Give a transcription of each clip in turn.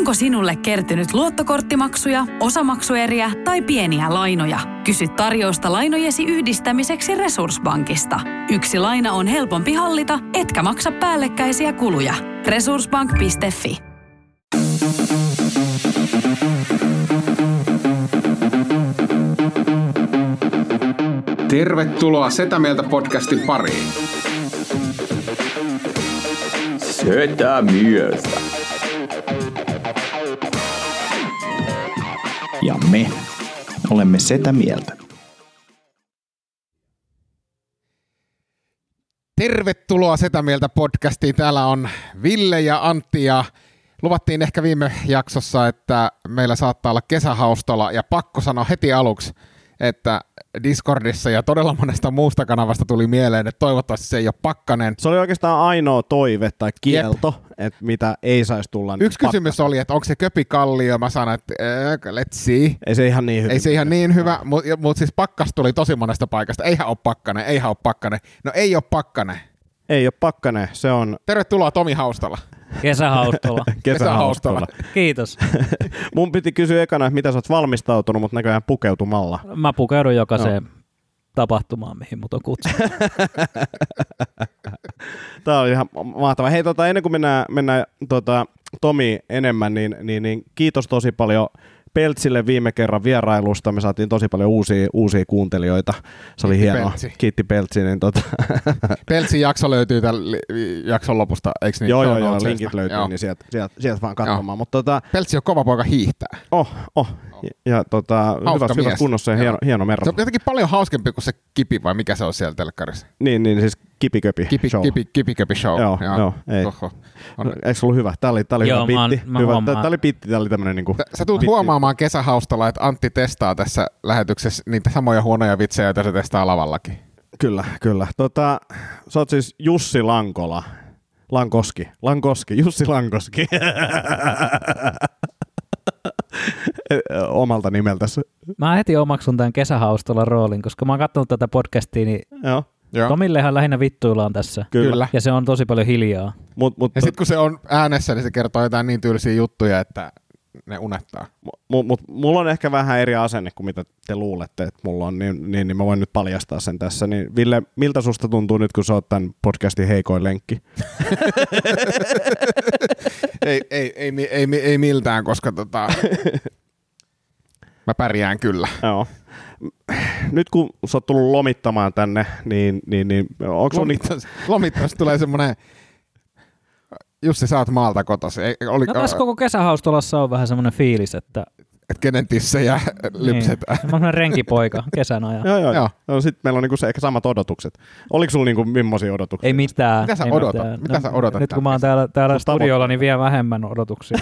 Onko sinulle kertynyt luottokorttimaksuja, osamaksueriä tai pieniä lainoja? Kysy tarjousta lainojesi yhdistämiseksi Resurssbankista. Yksi laina on helpompi hallita, etkä maksa päällekkäisiä kuluja. Resurssbank.fi. Tervetuloa Setä Mieltä podcastin pariin. Setä Mieltä. Ja me olemme Setä Mieltä. Tervetuloa Setä Mieltä podcastiin. Täällä on Ville ja Antti ja luvattiin ehkä viime jaksossa, että meillä saattaa olla kesähaustola ja pakko sanoa heti aluksi, että Discordissa ja todella monesta muusta kanavasta tuli mieleen, että toivottavasti se ei ole pakkanen. Se oli oikeastaan ainoa toive tai kielto, että mitä ei saisi tulla. Yksi kysymys oli, että onko se köpikallio, mä sanoin, että let's see. Ei se ihan niin hyvä. Ei se ihan niin hyvä, mutta siis pakkas tuli tosi monesta paikasta. Eihän ole pakkanen. No ei ole pakkanen. Ei ole pakkanen, se on... Tervetuloa Tomi Haustola. Kesähaustola. Kiitos. Mun piti kysyä ekana, että mitä sä oot valmistautunut, mutta näköjään pukeutumalla. Mä pukeudun jokaiseen tapahtumaan, mihin mut on kutsuttu. Tää on ihan mahtavaa. Hei, ennen kuin mennään Tomi enemmän, niin kiitos tosi paljon Peltsille viime kerran vierailusta. Me saatiin tosi paljon uusia kuuntelijoita. Se oli hienoa. Kiitti Peltsi. Niin Peltsin jakso löytyy tämän jakson lopusta, eikö niin? Joo, linkit löytyy, niin sieltä vaan katsomaan. Peltsi on kova poika hiihtää. Ja hyvä kunnossa ja hieno merra. Se on jotenkin paljon hauskempi kuin se Kipi, vai mikä se on siellä telkkarissa? Niin siis Kipiköpi show. Kipiköpi show. Joo, ei. Eikö se ollut hyvä? Tää oli hyvä bitti. Tää oli bitti, tää oli tämmönen niinku... Sä tulet huomaamaan kesähaustolla, että Antti testaa tässä lähetyksessä niitä samoja huonoja vitsejä, joita se testaa lavallakin. Kyllä. Sä oot siis Jussi Jussi Lankoski. Omalta nimeltäsi. Mä heti omaksun tämän kesähaustolan roolin, koska mä oon katsonut tätä podcastia, niin Joo. Tomillehan lähinnä vittuillaan tässä. Kyllä. Ja se on tosi paljon hiljaa. Ja sitten kun se on äänessä, niin se kertoo jotain niin tyylisiä juttuja, että ne unettaa. Mulla on ehkä vähän eri asenne kuin mitä te luulette, että mulla on, niin mä voin nyt paljastaa sen tässä. Niin Ville, miltä susta tuntuu nyt, kun sä oot tämän podcastin heikoin lenkki? ei miltään, koska mä pärjään kyllä. Joo. Nyt kun sä oot tullut lomittamaan tänne, niin onko sun... Lomittamassa tulee semmoinen... Jussi, sä oot maalta kotosi. Tässä koko kesähaustolassa on vähän semmoinen fiilis, että kenen tissejä lypsetään. Niin. Semmoinen renkipoika kesän ajan. Joo. No, sitten meillä on niinku se ehkä samat odotukset. Oliko sulla niinku millaisia odotuksia? Ei mitään. Mitä sä odotat? Mitä sä odotat? Nyt kun mä oon täällä studiolla, niin vielä vähemmän odotuksia.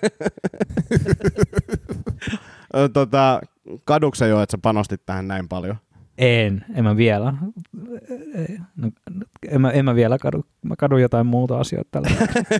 Kadukse jo, että sä panostit tähän näin paljon? En mä vielä. En mä vielä kadu. Mä kadun jotain muuta asioita tällä.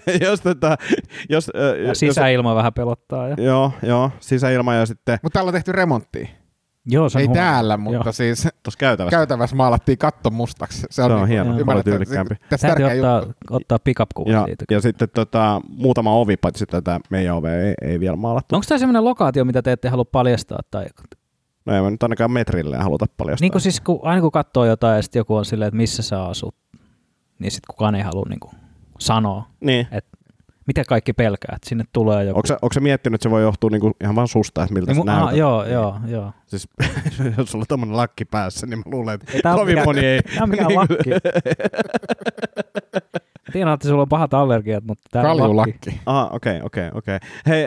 Sisäilma vähän pelottaa. Joo, sisäilma ja sitten... Mutta täällä on tehty remonttia. Joo, se on täällä, mutta siis käytävässä maalattiin katto mustaksi. Se on hieno, paljon tyylikkäämpi. Täytyy ottaa pick-up-kuva siitä. Ja sitten muutama ovi, paitsi tätä meidän ovea ei vielä maalattu. Onko tämä sellainen lokaatio, mitä te ette halua paljastaa? Tai... No ei mä nyt ainakaan metrilleen haluta paljastaa. Niin kuin siis, aina kun katsoo jotain ja sitten joku on silleen, että missä sä asut, niin sitten kukaan ei halua niin kuin sanoa, että mitä kaikki pelkää, että sinne tulee joku. Onko se miettinyt, että se voi johtua niinku ihan vaan susta, että miltä se näytät? Joo. Siis jos sulla on tommonen lakki päässä, niin mä luulen, että kovin moni ei... Tämä on mikään lakki. Tiedän, että sulla on pahat allergiat, mutta tää on lakki. Okei. Hei,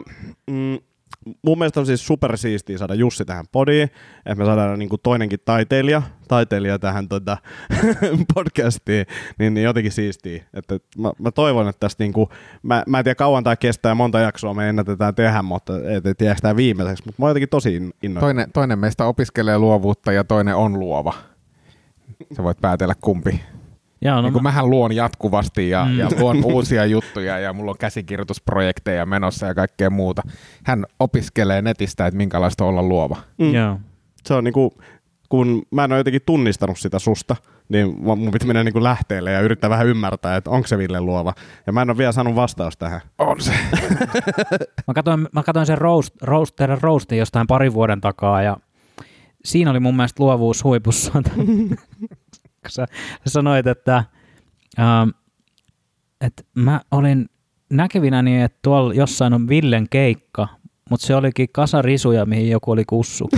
mun mielestä on siis supersiistiä saada Jussi tähän podiin, että me saadaan niinku toinenkin taiteilija tähän podcastiin, niin jotenkin siistiä. Että mä toivon, että tästä niinku, mä en tiedä kauan tämä kestää, monta jaksoa me ennätetään tehdä, mutta ei tiedä sitä viimeiseksi, mutta mä oon jotenkin tosi innoittanut. Toinen meistä opiskelee luovuutta ja toinen on luova. Sä voit päätellä kumpi. Niin kun mähän luon jatkuvasti ja luon uusia juttuja ja mulla on käsikirjoitusprojekteja menossa ja kaikkea muuta. Hän opiskelee netistä, että minkälaista olla luova. Se on niinku, kun mä en ole jotenkin tunnistanut sitä susta niin mun piti mennä niin lähteelle ja yrittää vähän ymmärtää, että onko se Ville luova. Ja mä en ole vielä saanut vastaus tähän. On se. Mä katsoin sen teidän roastin jostain parin vuoden takaa ja siinä oli mun mielestä luovuus huipussa. Sä sanoit, että mä olin näkevinäni, että tuolla jossain on Villen keikka, mutta se olikin kasa risuja, mihin joku oli kussu.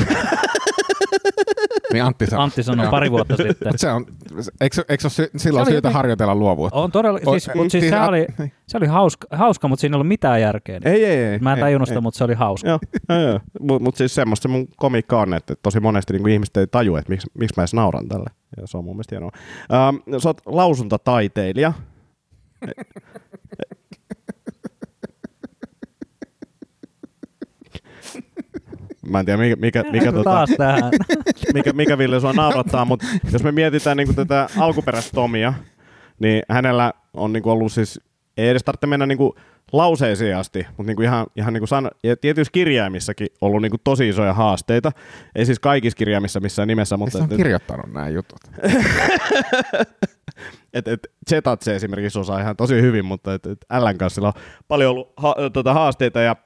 Niin Antti sanoi pari vuotta sitten. Eikö ole silloin syytä harjoitella luovuutta? On todella, se oli hauska, mutta siinä ei ollut mitään järkeä. Ei. Mä en tajunnut sitä, mutta se oli hauska. Joo. Mutta siis semmoista mun komiikka on, että tosi monesti niin ihmiset ei tajua, että miksi mä edes nauran tälle. Ja se on mun mielestä hienoa. Sä oot lausuntataiteilija. Mä en tiedä, mikä Ville sua naurattaa, mutta jos me mietitään niin tätä alkuperäistä Tomia, niin hänellä on niin ollut siis, ei edes tarvitse mennä niin lauseisiin asti, mutta niin ihan niin ja tietyissä kirjaimissakin ollut niin tosi isoja haasteita. Ei siis kaikissa kirjaimissa missään nimessä. Mutta se on kirjoittanut nämä jutut. Zetat se esimerkiksi osaa ihan tosi hyvin, mutta L:n kanssa sillä on paljon ollut haasteita ja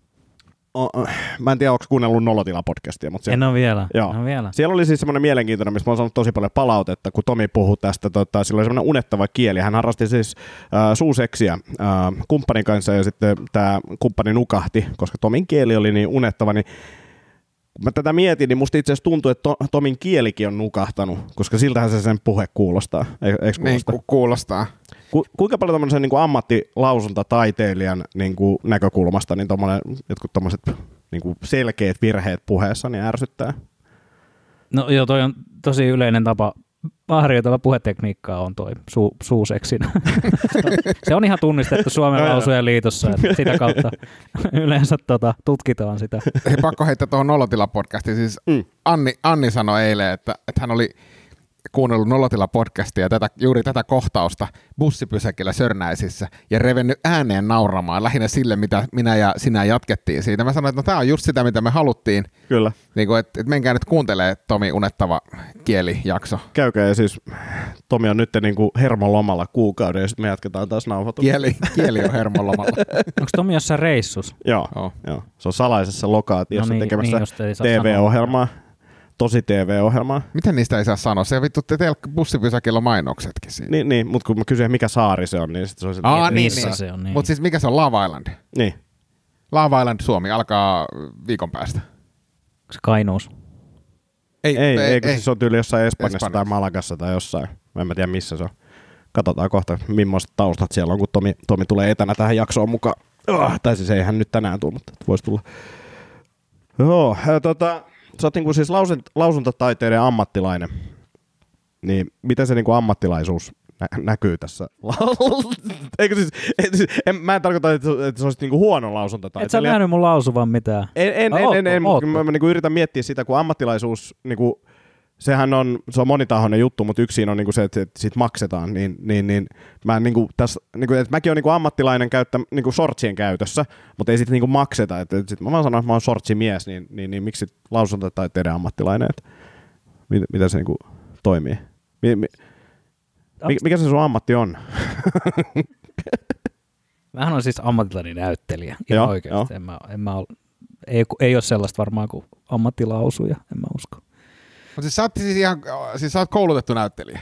mä en tiedä, onko kuunnellut Nolotila-podcastia. Mutta en ole vielä. Siellä oli siis semmoinen mielenkiintoinen, missä mä oon saanut tosi paljon palautetta, kun Tomi puhui tästä. Sillä oli semmoinen unettava kieli. Hän harrasti siis suuseksiä kumppanin kanssa ja sitten tämä kumppani nukahti, koska Tomin kieli oli niin unettava. Niin kun mä tätä mietin, niin musta itse asiassa tuntuu, että Tomin kielikin on nukahtanut, koska siltähän se sen puhe kuulostaa. Eikö kuulosta? Niin, kuulostaa. Kuinka paljon tommosen niin ammattilausuntataiteilijan niin näkökulmasta niin jotkut tommoset niin selkeät virheet puheessa niin ärsyttää? No joo, toi on tosi yleinen tapa harjoitella puhetekniikkaa on toi suuseksin. Se on ihan tunnistettu Suomen lausujen liitossa, että sitä kautta yleensä tutkitaan sitä. Hei, pakko heittää tuohon Nolotila-podcastiin. Siis Anni sanoi eilen, että hän oli kuunnellut Nolotila-podcastia ja juuri tätä kohtausta bussipysäkillä Sörnäisissä ja revennyt ääneen nauramaan lähinnä sille, mitä minä ja sinä jatkettiin siitä. Mä sanoin, että no tää on just sitä, mitä me haluttiin. Kyllä. Niin kuin, että menkää nyt kuuntelee Tomi unettava kielijakso. Käykää ja siis Tomi on nyt niin kuin hermolomalla kuukauden ja sitten me jatketaan taas nauhoitusta. Kieli on hermolomalla. Onko Tomi jossain reissus? Joo. Se on salaisessa lokaatiossa tekemässä TV-ohjelmaa. Tosi TV-ohjelmaa. Miten niistä ei saa sanoa? Se vittu, teillä bussipysäkillä mainoksetkin siinä. Niin, mutta kun mä kysyin, mikä saari se on, niin sitten se on missä se on. Niin. Mutta siis mikä se on? Love Island? Niin. Love Island Suomi alkaa viikon päästä. Onko se Kainuus? Ei, kun siis on tyyli jossain Espanjassa tai Malagassa tai jossain. Mä en tiedä missä se on. Katsotaan kohta, millaiset taustat siellä on, kun Tomi tulee etänä tähän jaksoon mukaan. Tai siis ei hän nyt tänään tule, mutta voisi tulla. Joo, sä oot niinku siis lausuntataiteiden ammattilainen, niin miten se niinku ammattilaisuus näkyy tässä? Eikö siis, mä en tarkoita, että se olisi niinku huono lausuntataiteilija. Et sä nähnyt mun lausuvan mitään? En, mutta mä niinku yritän miettiä sitä, kun ammattilaisuus, niinku, se on monitahoinen juttu, mutta yksi siinä on niinku se, että siitä maksetaan, niin mä niinku tässä, niinku, että mäkin olen niinku ammattilainen niinku sortsien käytössä, mutta ei sitten niinku makseta. Sit mä vaan sanon, että mä oon sortsimies, niin miksi lausuntataiteiden ammattilainen, että mitä se niinku toimii? Mikä se sun ammatti on? Mähän on siis ammattilainen näyttelijä, ihan oikeasti. Ei ole sellaista varmaan kuin ammattilausuja, en mä usko. Mutta siis sä oot koulutettu näyttelijä.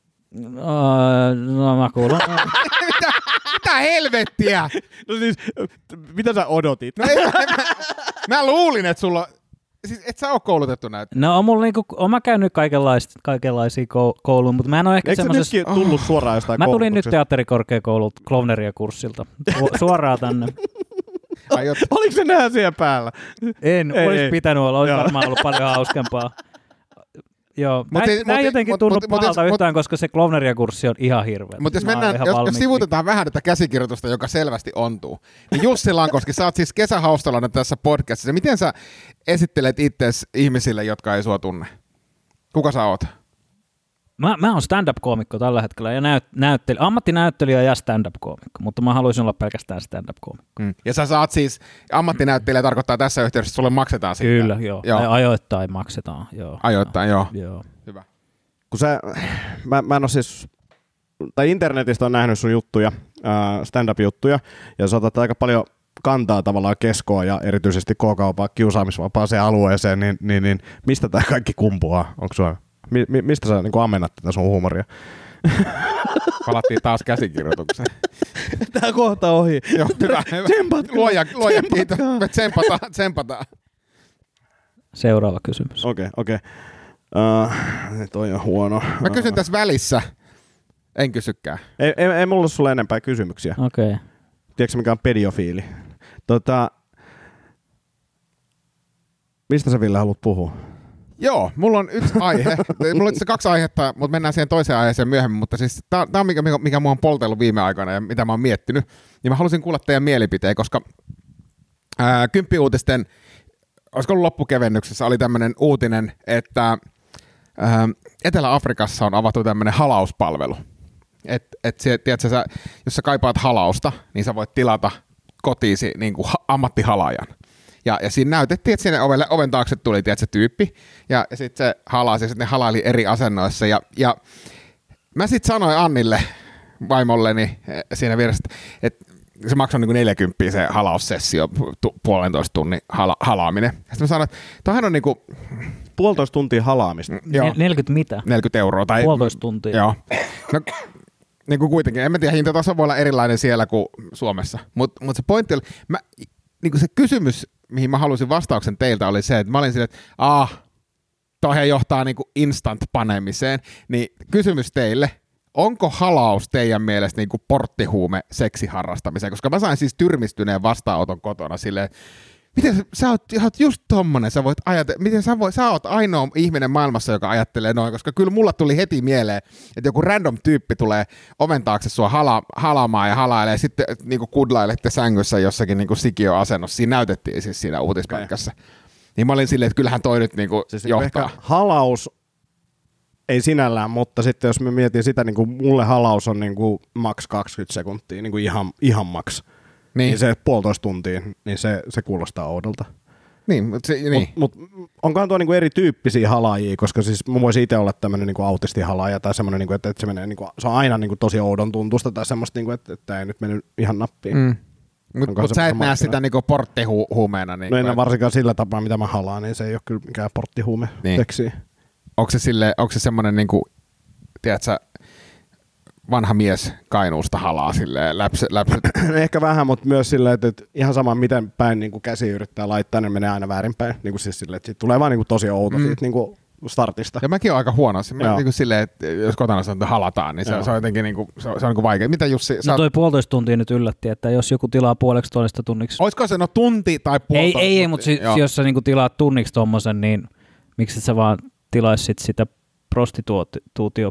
No mä kuulun. Mitä helvettiä? No siis, mitä sä odotit? No mä luulin, että sulla... Siis et sä oo koulutettu näyttelijä. No on mulla mä käynyt kaikenlaisia kouluja, mutta mä en ole ehkä semmoisessa... Eikö sä nytkin tullut suoraan jostain Mä tulin nyt teatterikorkeakoulut Klovneria-kurssilta. Suoraan tänne. Oliko se nää siellä päällä? Olisi pitänyt olla. Olisi varmaan ollut paljon hauskempaa. Joo, mä en jotenkin tunnu pahalta yhtään, koska se Klovneria-kurssi on ihan hirveä. Mutta jos sivutetaan vähän tätä käsikirjoitusta, joka selvästi ontuu, niin Jussi Lankoski, sä oot siis kesähaustolainen tässä podcastissa. Miten sä esittelet itseäsi ihmisille, jotka ei sua tunne? Kuka sä oot? Mä oon stand-up-koomikko tällä hetkellä ja ammattinäyttelijä ja stand-up-koomikko, mutta mä haluaisin olla pelkästään stand-up-koomikko. Ja sä saat siis, ammattinäyttelijä tarkoittaa tässä yhteydessä, että sulle maksetaan siitä. Kyllä, joo. Ajoittain maksetaan, joo. Ajoittain, joo. Joo. Hyvä. mä en ole siis, tai internetistä on nähnyt sun juttuja, stand-up-juttuja, ja sä otat aika paljon kantaa tavallaan keskoa ja erityisesti K-kaupan kiusaamisvapaaseen alueeseen, niin mistä tämä kaikki kumpuaa? Onko sulla, mistä sä niin ammennat tätä sun huumoria? Palattiin taas käsikirjoitukseen. Tää kohta ohi. Joo, hyvä. Luoja kiitos. Me tsempataan. Seuraava kysymys. Okei. Toi on huono. Mä kysyn tässä välissä. En kysykään. Ei mulla ole sulle enempää kysymyksiä. Okei. Tiedätkö mikä on pediofiili? Mistä sä Ville haluat puhua? Joo, mulla on yksi aihe. Mulla on itse 2 aihetta, mutta mennään siihen toiseen aiheeseen myöhemmin. Mutta siis tää on mikä mua on poltellut viime aikoina ja mitä mä oon miettinyt. Niin mä halusin kuulla teidän mielipiteen, koska Kymppi-uutisten, olisiko ollut loppukevennyksessä, oli tämmöinen uutinen, että Etelä-Afrikassa on avattu tämmöinen halauspalvelu. Tiedätkö, jos sä kaipaat halausta, niin sä voit tilata kotiisi niin kuin ammattihalaajan. Ja siinä näytettiin, että sinne oven taakse tuli se tyyppi, ja sitten se halasi, ja sitten ne halaili eri asennoissa. Ja mä sitten sanoin Annille, vaimolleni siinä vieressä, että se maksoi niin kuin 40 se halaussessio, 1,5 tunnin halaaminen. Sitten mä sanoin, että toihan on niin kuin 1,5 tuntia halaamista. 40 mitä? 40 €. Tai 1,5 tuntia. Joo. No, niin kuin kuitenkin, en mä tiedä, hintataso voi olla erilainen siellä kuin Suomessa. Mutta se pointti oli, niin kuin se kysymys, mihin mä halusin vastauksen teiltä, oli se, että mä olin silleen, että toihan johtaa niin kuin instant-panemiseen. Niin kysymys teille, onko halaus teidän mielestä niin kuin porttihuume seksiharrastamiseen? Koska mä sain siis tyrmistyneen vastaanoton kotona silleen, miten sä oot just tommonen, sä voit ajatella, miten sä oot ainoa ihminen maailmassa, joka ajattelee noin, koska kyllä mulla tuli heti mieleen, että joku random tyyppi tulee oven taakse sua halaamaan ja halailee, sitten niinku kudlailette sängyssä jossakin niinku sikioasennossa, siinä näytettiin siis siinä uutispätkässä. Niin mä olin silleen, että kyllähän toi nyt niinku siis johtaa. Halaus ei sinällään, mutta sitten jos mä mietin sitä, niin kuin mulle halaus on niin kuin maks 20 sekuntia, niin kuin ihan maks. Niin se 1,5 tuntia, niin se kuulostaa oudolta. Niin, Mut onkohan tuo niinku erityyppisiä halaajia, koska siis mä voisin itse olla tämmöinen niinku autistihalaaja tai semmoinen, niinku, että se menee niinku, se on aina niinku tosi oudon tuntusta tai semmoista, niinku, että ei nyt mennyt ihan nappiin. Mutta sä et näe sitä niinku porttihuumeena. Niin no en varsinkaan sillä tapaa, mitä mä halaan, niin se ei ole kyllä mikään porttihuume teksiä. Onko se semmoinen, niinku, tiedätkö, vanha mies Kainuusta halaa silleen läpsyt? Ehkä vähän, mutta myös silleen, että ihan sama miten päin niin käsi yrittää laittaa, niin menee aina väärinpäin. Niin siis silleen, että siitä tulee vaan niin tosi outo siitä niin startista. Ja mäkin olen aika huono. Niin silleen, että jos kotona sanotaan, että halataan, niin se on jotenkin niin kuin, se on niin kuin vaikea. Mitä Jussi? No toi 1,5 tuntia nyt yllätti, että jos joku tilaa 1,5 tunniksi. Olisiko se tunti tai 1,5 tuntia? Ei, mutta jos sä niin kuin tilaat tunniksi tommosen, niin miksi et sä vaan tilaisit sitä prostituutio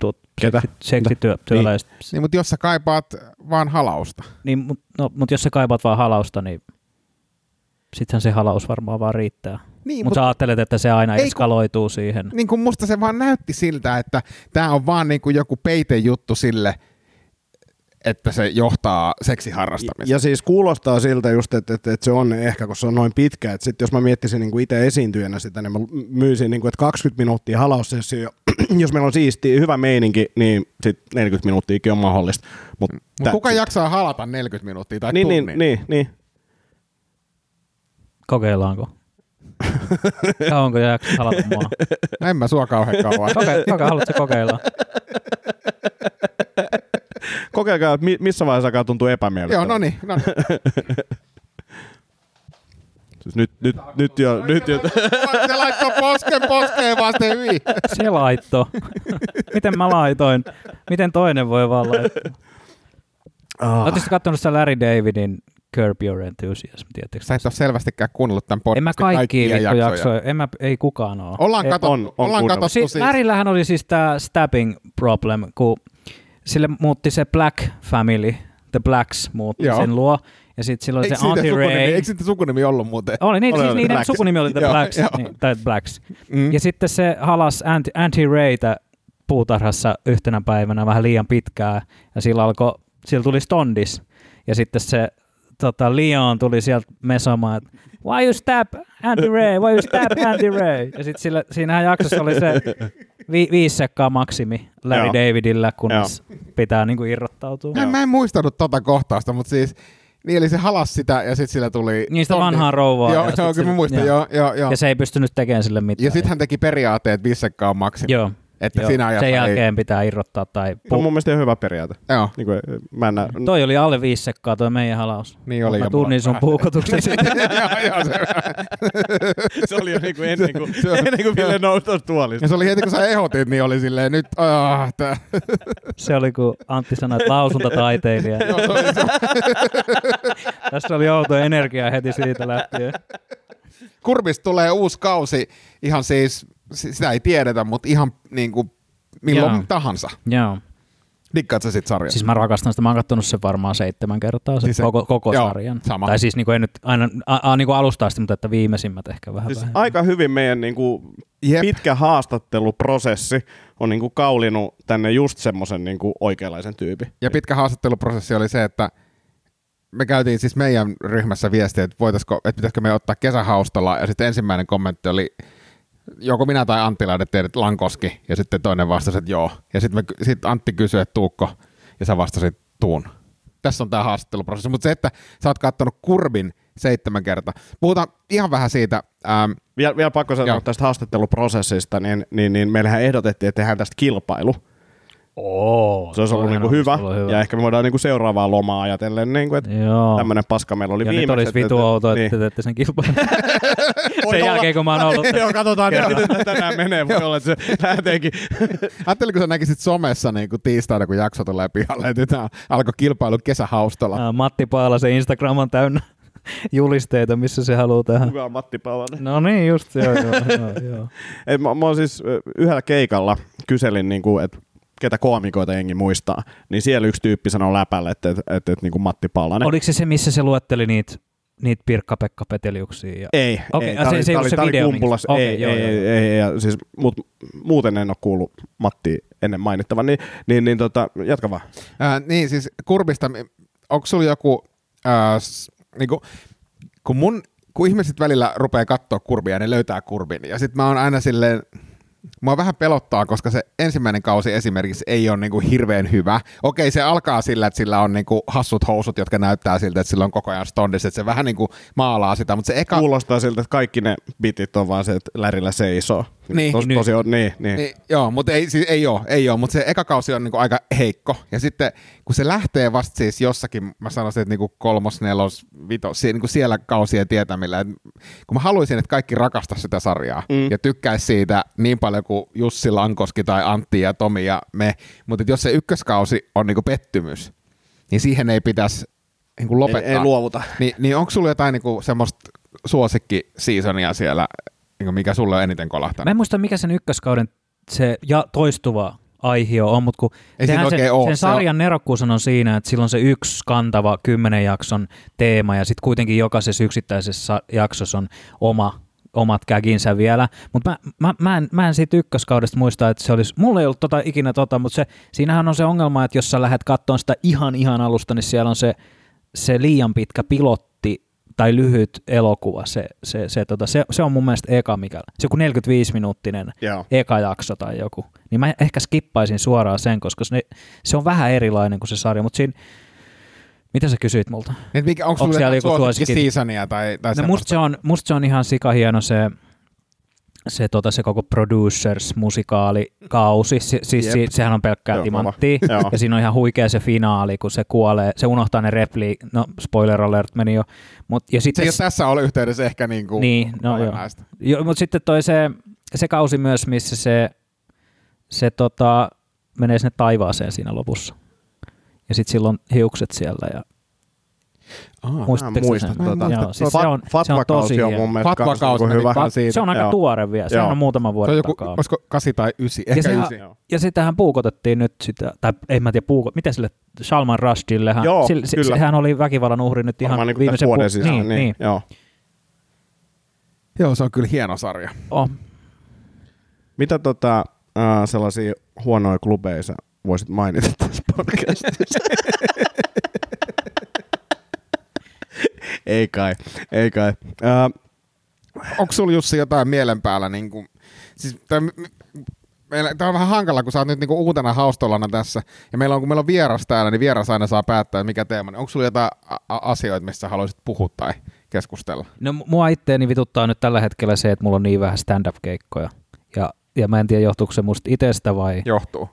seksityöläistä. Niin, mutta jos sä kaipaat vaan halausta. Niin, mutta jos sä kaipaat vaan halausta, niin sittenhän se halaus varmaan vaan riittää. Niin, mutta sä ajattelet, että se aina eskaloituu siihen. Niin kuin musta se vaan näytti siltä, että tää on vaan niin kuin joku peitejuttu sille, että se johtaa seksiharrastamiseen. Ja siis kuulostaa siltä just, että se on ehkä, kun se on noin pitkä, että sit jos mä miettisin niin kuin itse esiintyjänä sitä, niin mä myisin, niin kuin, että 20 minuuttia halaussessio, jos meillä on siistiä, hyvä meininki, niin sit 40 minuuttiakin on mahdollista. Mut kuka jaksaa halata 40 minuuttia tai tunnin? Niin. Kokeillaanko? Onko jaksa halata mua? En mä sua kauhean kauan. Haluatko kokeilla? Kokeilkaa, että missä vaiheessa alkaa tuntua epämiellyttävältä. Joo, no niin. Siis nyt jo. Se laittoi poskeen vasten hyvin. Se laitto. Miten mä laitoin? Miten toinen voi vaan laittaa? Oletko katsonut sitä Larry Davidin Curb Your Enthusiasm, tietysti? Sä et ole selvästikään kuunnellut tämän podcastin en mä kaikkia jaksoja. Ei kukaan ole. Ollaan katsottu siis. Larryllähän oli siis tämä stabbing problem, kun sille muutti se Black Family, The Blacks muutti sen luo. Ja sitten silloin se Auntie Ray. Eikö siitä sukunimi ollut muuten? Oli, siis niiden sukunimi oli The Blacks. Tai Blacks. Ja sitten se halas Auntie Raytä puutarhassa yhtenä päivänä vähän liian pitkään. Ja sillä tuli stondis. Ja sitten se Leon tuli sieltä mesomaan, että why you stab Auntie Ray? Why you stab Auntie Ray? Ja sitten siinähän jaksossa oli se, 5 sekkaa maksimi Larry Joo. Davidillä, kunnes pitää niinku irrottautua. Mä en muistanut tota kohtausta, mutta siis niin, eli se halasi sitä ja sitten sillä tuli... Niistä vanhaa rouvaa. Joo, kyllä mä muistan, joo. Ja se ei pystynyt tekemään sille mitään. Ja sitten hän teki periaatteet, 5 sekkaa on maksimi. Joo. Että siinä ajassa sen jälkeen pitää irrottaa tai... Se on mun mielestä ihan hyvä periaate. Joo. Niin kuin, mä en näe... Toi oli alle 5 sekkaa toi meidän halaus. Niin oli. Mä tunnin sun puukotuksen siitä. Joo, se oli jo niinku ennen kuin Ville nousi tuosta tuolista. Ja se oli heti kun sä ehdotit, niin oli silleen nyt... Se oli kun Antti sanoi, että lausuntataiteilija. Tässä oli outo energia heti siitä lähtien. Kurbista tulee uusi kausi, ihan siis, sitä ei tiedetä, mutta ihan niin kuin milloin tahansa. Joo. Dikkaat sä sit sarjaa? Siis mä rakastan sitä, mä oon kattonut sen varmaan 7 kertaa, siis koko sarjan. Sama. Tai siis niinku ei nyt aina niinku alusta asti, mutta että viimeisimmät ehkä vähän Siis vähemmän. aika hyvin meidän niinku pitkä haastatteluprosessi on niinku kaulinut tänne just semmoisen niinku oikeanlaisen tyypin. Ja pitkä haastatteluprosessi oli se, että me käytiin siis meidän ryhmässä viestiä, että pitäisikö me ottaa kesähaustolla, ja sitten ensimmäinen kommentti oli, joko minä tai Antti laitettiin, että Lankoski, ja sitten toinen vastasi, että joo. Ja sitten Antti kysyi, että tuukko, ja sä vastasit tuun. Tässä on tämä haastatteluprosessi, mutta se, että sä oot kattonut Kurbin 7 kertaa. Puhutaan ihan vähän siitä. Vielä pakko sanoa tästä haastatteluprosessista, niin meillähän ehdotettiin, että tehdään tästä kilpailu. Se olisi ollut niinku hyvä, ja ehkä me voidaan niinku seuraavaa lomaa ajatellen, niinku, että tämmöinen paska meillä oli viimeksi. Ja nyt olisi vitu outoa, että te teette sen kilpailun. Sen jälkeen, kun mä oon ollut. Joo, katsotaan, miten tänään menee. Voi olla, että se lähteekin. Ajattelin, kun sä näkisit somessa niin kuin tiistaina, kun jakso tulee pihalle, että alkoi kilpailu kesähaustolla. Matti Paalasen Instagram on täynnä julisteita, missä se haluaa tähän. Kuka on Matti Paalanen? No niin, just joo. Ei, mä oon siis yhdellä keikalla kyselin, niinku, että ketä koomikoita jengi muistaa, niin siellä yksi tyyppi sanoi läpälle, että niin kuin Matti Paalanen. Oliko se, missä se luetteli niitä Pirkka-Pekka Peteliuksia? Ja... Ei. Okay, se ei ollut se video. Ei, siis, muuten en ole kuullut Matti ennen mainittavan, niin jatka vaan. Niin, siis Kurbista, onko sulla joku, niinku, kun ihmiset välillä rupeaa katsoa Kurbia, ja ne löytää Kurbin, ja sitten mä oon aina silleen, mua vähän pelottaa, koska se ensimmäinen kausi esimerkiksi ei ole niinku hirveän hyvä. Okei, se alkaa sillä, että sillä on niinku hassut housut, jotka näyttää siltä, että sillä on koko ajan stondis, että se vähän niinku maalaa sitä, mutta se eka... Kuulostaa siltä, että kaikki ne bitit on vaan se, että Lärillä seisoo. Niin. Tosi on, niin. Joo, mutta ei ole, mutta se eka kausi on niinku aika heikko, ja sitten kun se lähtee vasta siis jossakin, mä sanoisin, että niinku 3., 4., 5, niinku siellä kausien tietämillä, kun mä haluaisin, että kaikki rakastaisi sitä sarjaa, ja tykkäisi siitä niin paljon kuin Jussi Lankoski tai Antti ja Tomi ja me, mutta jos se ykköskausi on niinku pettymys, niin siihen ei pitäisi niinku lopettaa. Ei luovuta. Niin onko sulla jotain niinku semmoista suosikki-seasonia siellä, niinku mikä sulle on eniten kolahtanut? Mä en muista, mikä sen ykköskauden se toistuva aihio on, mutta kun sen sarjan nerokkuus on siinä, että silloin se yksi kantava 10 jakson teema, ja sitten kuitenkin jokaisessa yksittäisessä jaksossa on omat käginsä vielä, mutta mä en siitä ykköskaudesta muista, että se olisi, mulla ei ollut ikinä mutta siinähän on se ongelma, että jos sä lähdet katsomaan sitä ihan alusta, niin siellä on se liian pitkä pilotti tai lyhyt elokuva, se on mun mielestä eka mikä, se joku 45-minuuttinen eka jakso tai joku, niin mä ehkä skippaisin suoraan sen, koska se on vähän erilainen kuin se sarja, mutta siinä mitä sä kysyit multa? Onko sulla jotain suosikki-seasonia tai no musta se on ihan sikahieno se koko Producers-musikaalikausi. Sehän on pelkkää timanttia. Ja siinä on ihan huikea se finaali, kun se kuolee. Se unohtaa ne no spoiler alert meni jo. Ja sit se ei tässä ole yhteydessä ehkä niinku olennaista. Joo, mutta sitten se kausi myös, missä se menee sinne taivaaseen siinä lopussa. Ja sitten silloin hiukset siellä ja muistat Fatva-kausi on mun mielestä hyvä. Se on aika tuore vielä, se on muutaman vuoden takaa. Olisiko 8 tai 9? Ehkä 9. Ja sitähän puukotettiin nyt sitä, tai en mä tiedä miten sille Salman Rushdillehan, sehän oli väkivallan uhri nyt ihan viimeisen vuoden sisään. Niin. Joo, se on kyllä hieno sarja. Mitä sellaisia huonoja klubeja sä voisit mainita tässä podcastissa? Ei kai. Onko sulla Jussi jotain mielen päällä? Niin kuin, siis, Tämä on vähän hankala, kun sä oot nyt niinku uutena haustolana tässä, ja kun meillä on vieras täällä, niin vieras aina saa päättää, mikä teema. Onko sulla jotain asioita, missä haluaisit puhua tai keskustella? No mua itteeni vituttaa nyt tällä hetkellä se, että mulla on niin vähän stand-up-keikkoja. Ja mä en tiedä, johtuuko se musta itsestä vai... Johtuu.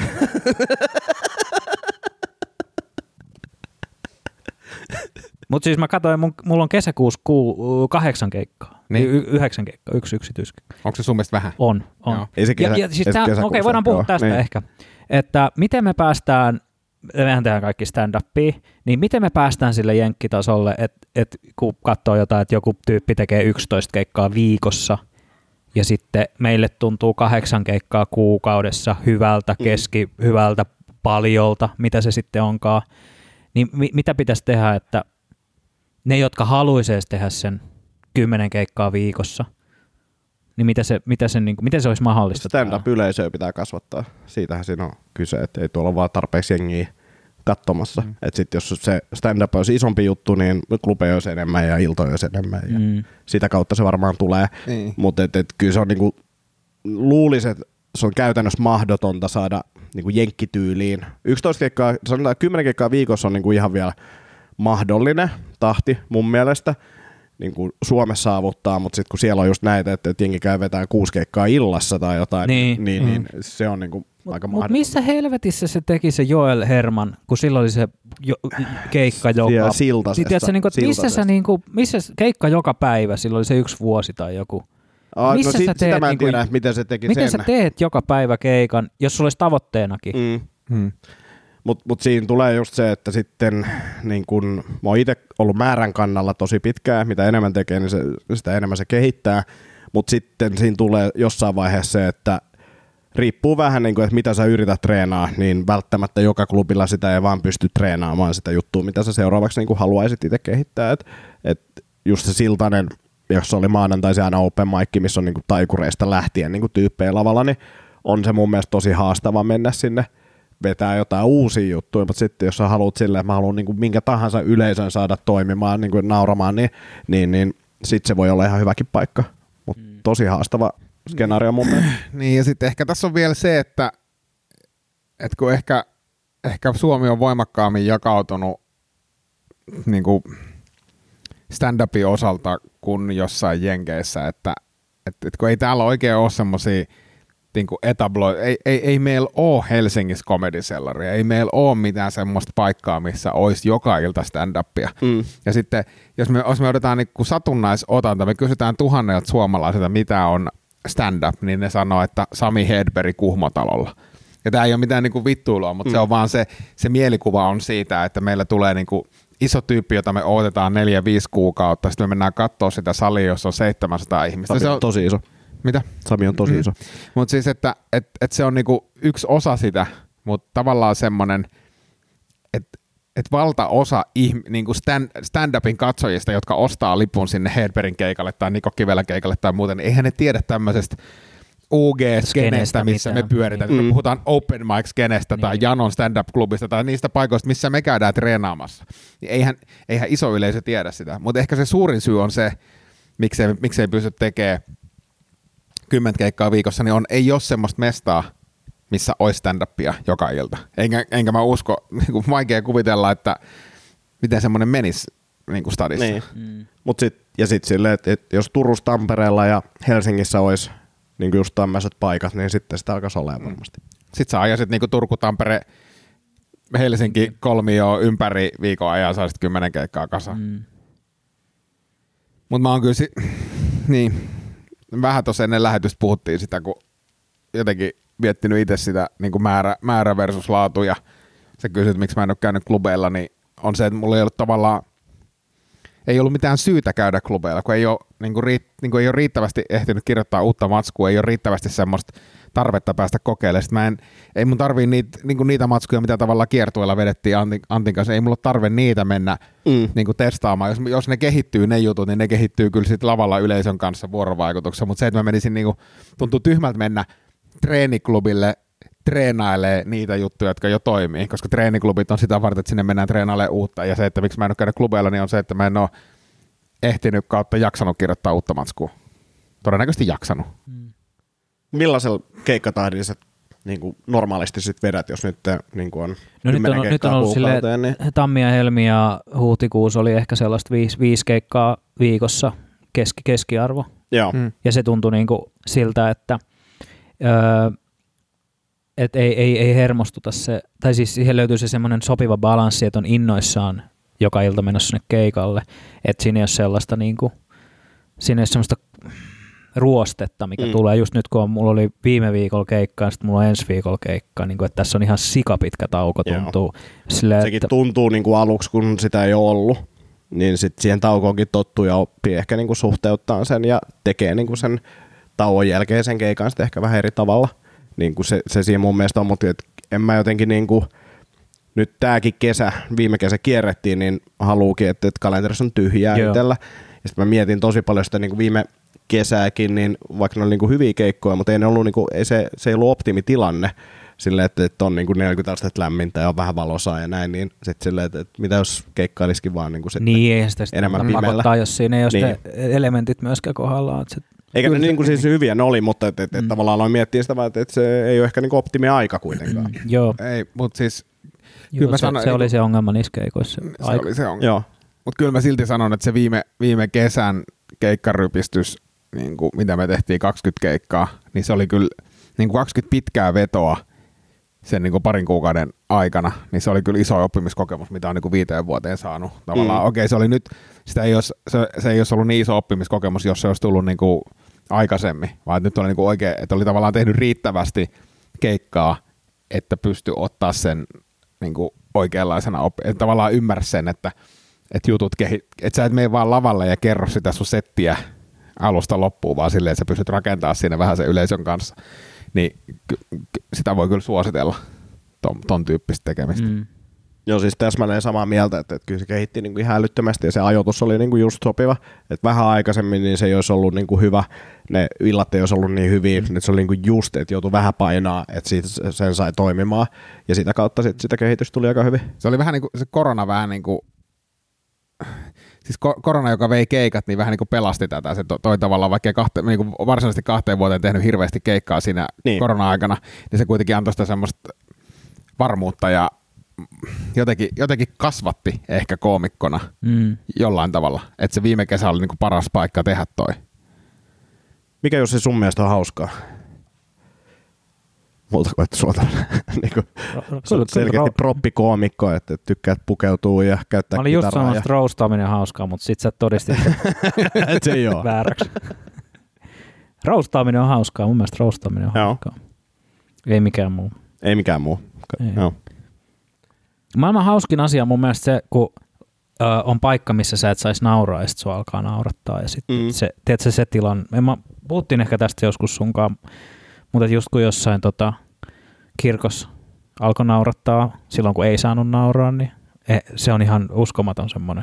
Mutta siis mä katsoin, mulla on kesäkuussa 8 keikkaa. Niin. 9 keikkaa, 1 yksityiskeikka. Onko se sun mielestä vähän? On. Ei se Okei, voidaan puhua tästä ehkä. Että miten me päästään, mehän tehdään kaikki stand-upia, niin miten me päästään sille jenkkitasolle, että kun katsoo jotain, että joku tyyppi tekee 11 keikkaa viikossa, ja sitten meille tuntuu 8 keikkaa kuukaudessa hyvältä, hyvältä, paljolta, mitä se sitten onkaan, niin mitä pitäisi tehdä, että ne, jotka haluaisi tehdä sen 10 keikkaa viikossa, niin miten se olisi mahdollista? Stand-up-yleisöä pitää kasvattaa. Siitähän siinä on kyse, että ei tuolla vaan tarpeeksi jengiä katsomassa. Että sitten jos se stand-up olisi isompi juttu, niin klubeja olisi enemmän ja iltoja olisi enemmän. Ja sitä kautta se varmaan tulee. Mutta kyllä se on niinku, luulisin, että se on käytännössä mahdotonta saada niinku jenkkityyliin. 11 keikkaa, sanotaan 10 keikkaa viikossa on niinku ihan vielä mahdollinen tahti mun mielestä niin kuin Suomessa saavuttaa, mutta sitten kun siellä on just näitä, että jengi käy vetää 6 keikkaa illassa tai jotain, niin se on niin kuin aika mahdollista. Missä helvetissä se teki se Joel Herman, kun silloin oli se keikka joka... Siltasessa. Missä keikka joka päivä, silloin oli se 1 vuosi tai joku. Missä sä teet, sitä mä en tiedä, miten se teki miten sen. Sä teet joka päivä keikan, jos sulla olisi tavoitteenakin? Mutta siinä tulee just se, että sitten niin kun, mä oon itse ollut määrän kannalla tosi pitkään, mitä enemmän tekee, niin sitä enemmän se kehittää, mutta sitten siinä tulee jossain vaiheessa se, että riippuu vähän, niin kun, että mitä sä yrität treenaa, niin välttämättä joka klubilla sitä ei vaan pysty treenaamaan sitä juttua, mitä sä seuraavaksi niin haluaisit itse kehittää. Et just se Siltanen, jossa oli maanantaisin aina open mic, missä on niin taikureista lähtien niin tyyppejä lavalla, niin on se mun mielestä tosi haastava mennä sinne vetää jotain uusia juttuja, mutta sitten jos sä haluat silleen, että mä haluan niin minkä tahansa yleisön saada toimimaan, niin nauramaan, niin sitten se voi olla ihan hyväkin paikka. Mutta tosi haastava skenaario mun mielestä. Niin, ja sitten ehkä tässä on vielä se, että kun ehkä Suomi on voimakkaammin jakautunut niin kuin stand-upin osalta kuin jossain Jenkeissä, että kun ei täällä oikein ole semmosia niinku ei meillä ole Helsingissä Comedy Cellaria, ei meillä ole mitään semmoista paikkaa, missä olisi joka ilta stand-upia. Ja sitten, jos me otetaan niinku satunnaisotanta, me kysytään 1000 suomalaisilta, mitä on stand-up, niin ne sanoo, että Sami Hedberg Kuhmotalolla. Ja tämä ei ole mitään niinku vittuilua, mutta se on vaan se mielikuva on siitä, että meillä tulee niinku iso tyyppi, jota me odotetaan 4-5 kuukautta, sitten me mennään katsoa sitä salia, jossa on 700 ihmistä. Sami on tosi iso. Mitä? Sami on tosi iso. Mutta siis, että se on niinku yksi osa sitä, mutta tavallaan semmoinen, että valtaosa niinku stand-upin katsojista, jotka ostaa lipun sinne Hedbergin keikalle tai Niko Kivelän keikalle tai muuten, niin eihän ne tiedä tämmöisestä UG-skenestä, missä me pyöritään. Me puhutaan open mic-skenestä tai Janon stand-up-klubista tai niistä paikoista, missä me käydään treenaamassa. Niin eihän iso yleisö tiedä sitä. Mutta ehkä se suurin syy on se, miksei pysty tekemään 10 keikkaa viikossa, niin ei ole semmoista mestaa, missä olisi stand-upia joka ilta. Enkä mä usko, niin vaikea kuvitella, että miten semmoinen menisi niin kuin stadissa. Niin. Sitten silleen, että jos Turussa, Tampereella ja Helsingissä olisi niin just tämmöiset paikat, niin sitten sitä alkaisi olemaan varmasti. Sitten sä ajasit niin Turku, Tampere, Helsinki, kolmio ympäri viikon ajan, saisit 10 keikkaa kasaan. Mutta mä oon kyllä niin, vähän tuossa ennen lähetystä puhuttiin sitä, kun jotenkin miettinyt itse sitä niin kuin määrä versus laatu, ja sä kysyt, miksi mä en ole käynyt klubeilla, niin on se, että mulla ei ollut tavallaan, ei ollut mitään syytä käydä klubeilla, kun ei ole, ei ole riittävästi ehtinyt kirjoittaa uutta matskua, ei ole riittävästi semmoista tarvetta päästä kokeilemaan. Ei mun tarvii niitä matskuja, mitä tavallaan kiertueella vedettiin Antin kanssa, ei mulla ole tarve niitä mennä testaamaan. Jos ne kehittyy ne jutut, niin ne kehittyy kyllä sit lavalla yleisön kanssa vuorovaikutuksessa, mutta se, että mä menisin tuntuu tyhmältä mennä treeniklubille treenailee niitä juttuja, jotka jo toimii, koska treeniklubit on sitä varten, että sinne mennään treenailemaan uutta, ja se, että miksi mä en ole käynyt klubeilla, niin on se, että mä en ole ehtinyt kautta jaksanut kirjoittaa uutta matskua. Todennäköisesti jaksanut. Millaisella keikkatahdilla sä niin kuin normaalisti sit vedät, jos nyt niin on No 10 nyt keikkaa on ollut kuukauteen? Niin... tammi ja helmi ja huhtikuussa oli ehkä sellaista 5 keikkaa viikossa keskiarvo. Joo. Ja se tuntui niinku siltä, että ei hermostuta se, tai siis siihen löytyy se semmoinen sopiva balanssi, että on innoissaan joka ilta menossa sinne keikalle, että siinä ei ole sellaista niinku, siinä ei ole semmoista ruostetta, mikä tulee just nyt, kun mulla oli viime viikolla keikka ja sitten mulla on ensi viikolla keikka, niin että tässä on ihan sikapitkä tauko tuntuu. Silleen, sekin tuntuu niin kuin aluksi, kun sitä ei ole ollut, niin sitten siihen taukoonkin tottuu ja oppii ehkä niin kuin suhteuttaa sen ja tekee niin kuin sen tauon jälkeen sen keikan sitten ehkä vähän eri tavalla. Niin kuin se siinä mun mielestä on, mutta en mä jotenkin niin kuin, nyt tääkin viime kesä kierrettiin, niin haluukin, että kalenterissa on tyhjää itsellä. Ja sitten mä mietin tosi paljon sitä niin kuin viime kesääkin, niin vaikka ne oli niin kuin hyviä keikkoja, mutta ei ne ollut, niin kuin, se ei ollut optimitilanne silleen, että on niin kuin 40 astetta lämmintä ja on vähän valosaa ja näin, niin sitten silleen, että mitä jos keikkailisikin vaan niin kuin niin, eihän sitä enemmän pimeällä. Pakottaa, jos siinä ei ole niin. Elementit myöskään kohdallaan. Eikä ne niin kuin siis hyviä ne oli, mutta tavallaan aloin miettiä sitä, että se ei ole ehkä niin kuin optimi-aika kuitenkaan. Joo. Ei, mutta siis... Joo, se oli se ongelma niissä keikoissa. Se oli se ongelma. Joo. Mutta kyllä mä silti sanon, että se viime kesän keikkarypistys, niin kuin mitä me tehtiin 20 keikkaa, niin se oli kyllä niin kuin 20 pitkää vetoa sen niin kuin parin kuukauden aikana, niin se oli kyllä iso oppimiskokemus, mitä on niin kuin 5 vuoteen saanut. Tavallaan okei, se oli nyt, se ei olisi ollut niin iso oppimiskokemus, jos se olisi tullut niin kuin aikaisemmin, vaan nyt oli niin kuin oikein, että oli tavallaan tehnyt riittävästi keikkaa, että pystyi ottaa sen niin kuin oikeanlaisena, että tavallaan ymmärsi sen, että jutut että sä et mene vaan lavalle ja kerro sitä sun settiä alusta loppuun, vaan silleen, että sä pystyt rakentamaan siinä vähän sen yleisön kanssa. Niin sitä voi kyllä suositella, ton tyyppistä tekemistä. Joo, siis täsmälleen samaa mieltä, että kyllä se kehitti niin kuin ihan älyttömästi ja se ajoitus oli niin kuin just sopiva. Että vähän aikaisemmin niin se ei olisi ollut niin kuin hyvä, ne illat ei olisi ollut niin hyviä, että se oli niin kuin just, että joutui vähän painaa, että siitä sen sai toimimaan ja sitä kautta sitä kehitystä tuli aika hyvin. Se oli vähän niin kuin se korona vähän niin kuin, siis korona, joka vei keikat, niin vähän niin kuin pelasti tätä. Se toi tavallaan, vaikka niin kuin varsinaisesti 2 vuoteen tehnyt hirveästi keikkaa siinä korona-aikana, niin se kuitenkin antoi sitä semmoista varmuutta ja jotenkin kasvatti ehkä koomikkona jollain tavalla. Että se viime kesä oli niin kuin paras paikka tehdä toi. Mikä jos se sun mielestä on hauskaa? Multa kuin, että sulla on niin selkeästi proppikoomikko, että tykkäät pukeutua ja käyttää kitaraa. Mä olin just sanonut, että roustaaminen on hauskaa, mutta sit sä todistit se ei ole vääräksi. Roustaaminen on hauskaa, mun mielestä roustaaminen on hauskaa. Ei mikään muu. Ei mikään muu. Joo. Maailman hauskin asia on mun mielestä se, kun on paikka, missä sä et saisi nauraa ja sit sua alkaa naurattaa. Ja sitten se tilan, puhuttiin ehkä tästä joskus sunkaan, mutta just kun jossain kirkossa alkoi naurattaa silloin, kun ei saanut nauraa, niin se on ihan uskomaton semmoinen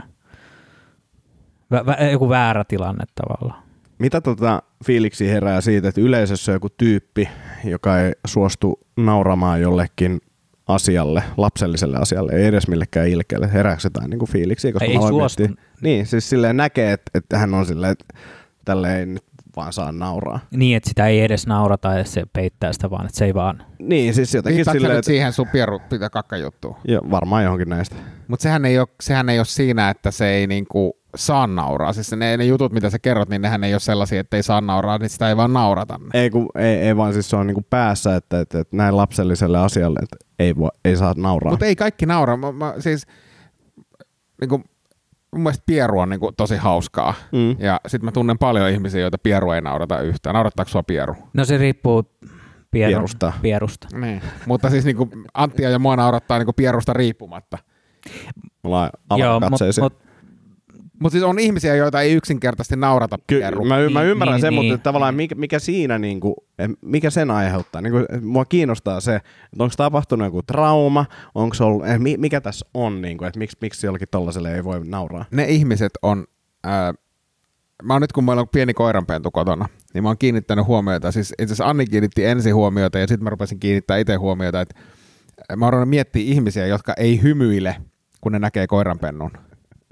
joku väärä tilanne tavallaan. Mitä fiiliksi herää siitä, että yleisössä on joku tyyppi, joka ei suostu nauramaan jollekin asialle, lapselliselle asialle, ei edes millekään ilkeelle. Herääkö jotain niin fiiliksi? Koska ei suostu. Niin, siis silleen näkee, että hän on silleen, että tälle ei nyt vaan saa nauraa. Niin, että sitä ei edes naurata ja se peittää sitä vaan, että se ei vaan... Niin, siis jotenkin silleen... Että siihen sun pieru pitää kakkajuttua. Joo, varmaan johonkin näistä. Mutta sehän ei ole siinä, että se ei niinku saa nauraa. Siis ne jutut, mitä sä kerrot, niin nehän ei ole sellaisia, että ei saa nauraa, niin sitä ei vaan naurata. Ei vaan siis se on niinku päässä, että näin lapselliselle asialle, että ei saa nauraa. Mutta ei kaikki nauraa. Siis niinku... Mun mielestä pieru on niinku tosi hauskaa. Ja sit mä tunnen paljon ihmisiä, joita pieru ei naurata yhtään. Naurattaako sua pieru? No se riippuu pierusta. Niin. Mutta siis niinku Anttia ja mua naurattaa niinku pierusta riippumatta. Mulla on avankatseisia. Mutta siis on ihmisiä, joita ei yksinkertaisesti naurata pieru. Mä ymmärrän sen, mutta tavallaan mikä siinä, niinku, mikä sen aiheuttaa. Niinku, mua kiinnostaa se, että onko tapahtunut joku trauma, onko ollut, mikä tässä on, niinku, että miksi jollakin tollaiselle ei voi nauraa. Ne ihmiset on, mä oon nyt kun meillä on pieni koiranpentu kotona, niin mä oon kiinnittänyt huomiota. Siis itse asiassa Anni kiinnitti ensin huomiota ja sitten mä rupesin kiinnittää itse huomiota, että mä oon miettiä ihmisiä, jotka ei hymyile, kun ne näkee koiranpennun.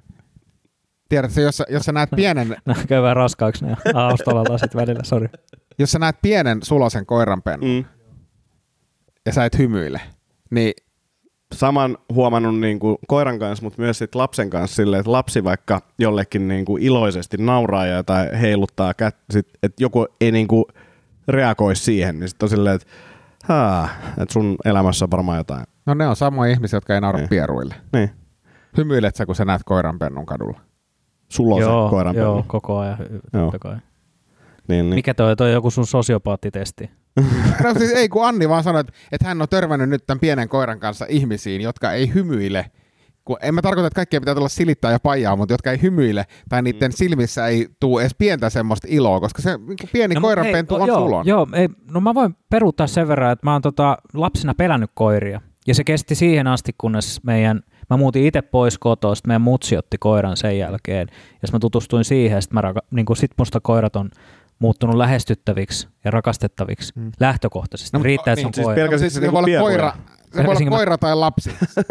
Tiedätkö, jos sä näet pienen... Käy vähän raskaaksi ne haustalla lasit välillä, sori. jos sä näet pienen sulosen koiranpennun ja sä et hymyile, niin saman huomannut niin kuin koiran kanssa, mutta myös sit lapsen kanssa silleen, että lapsi vaikka jollekin niin kuin iloisesti nauraa tai heiluttaa että joku ei niin kuin reagoi siihen, niin sitten on silleen, että sun elämässä on varmaan jotain. no ne on samoja ihmisiä, jotka ei naura pieruille. Niin. Hymyilet sä, kun sä näet koiranpennun kadulla? Sulla on se koiranpennu. Joo, koko ajan. Totta kai. Niin. Mikä toi joku sun sosiopaattitesti? No siis ei, kun Anni vaan sanoi, että hän on törmännyt nyt tämän pienen koiran kanssa ihmisiin, jotka ei hymyile. En mä tarkoita, että kaikkea pitää tulla silittää ja paijaa, mutta jotka ei hymyile tai niiden silmissä ei tule edes pientä semmoista iloa, koska se pieni koiranpentu on sulon. Joo, no mä voin peruuttaa sen verran, että mä oon lapsena pelännyt koiria. Ja se kesti siihen asti, kunnes mä muutin itse pois kotoa, sitten meidän mutsi otti koiran sen jälkeen. Ja mä tutustuin siihen, ja sit musta koirat on muuttunut lähestyttäviksi ja rakastettaviksi lähtökohtaisesti. No, riittää, että niin, on koira. Siis se voi olla koira tai lapsi.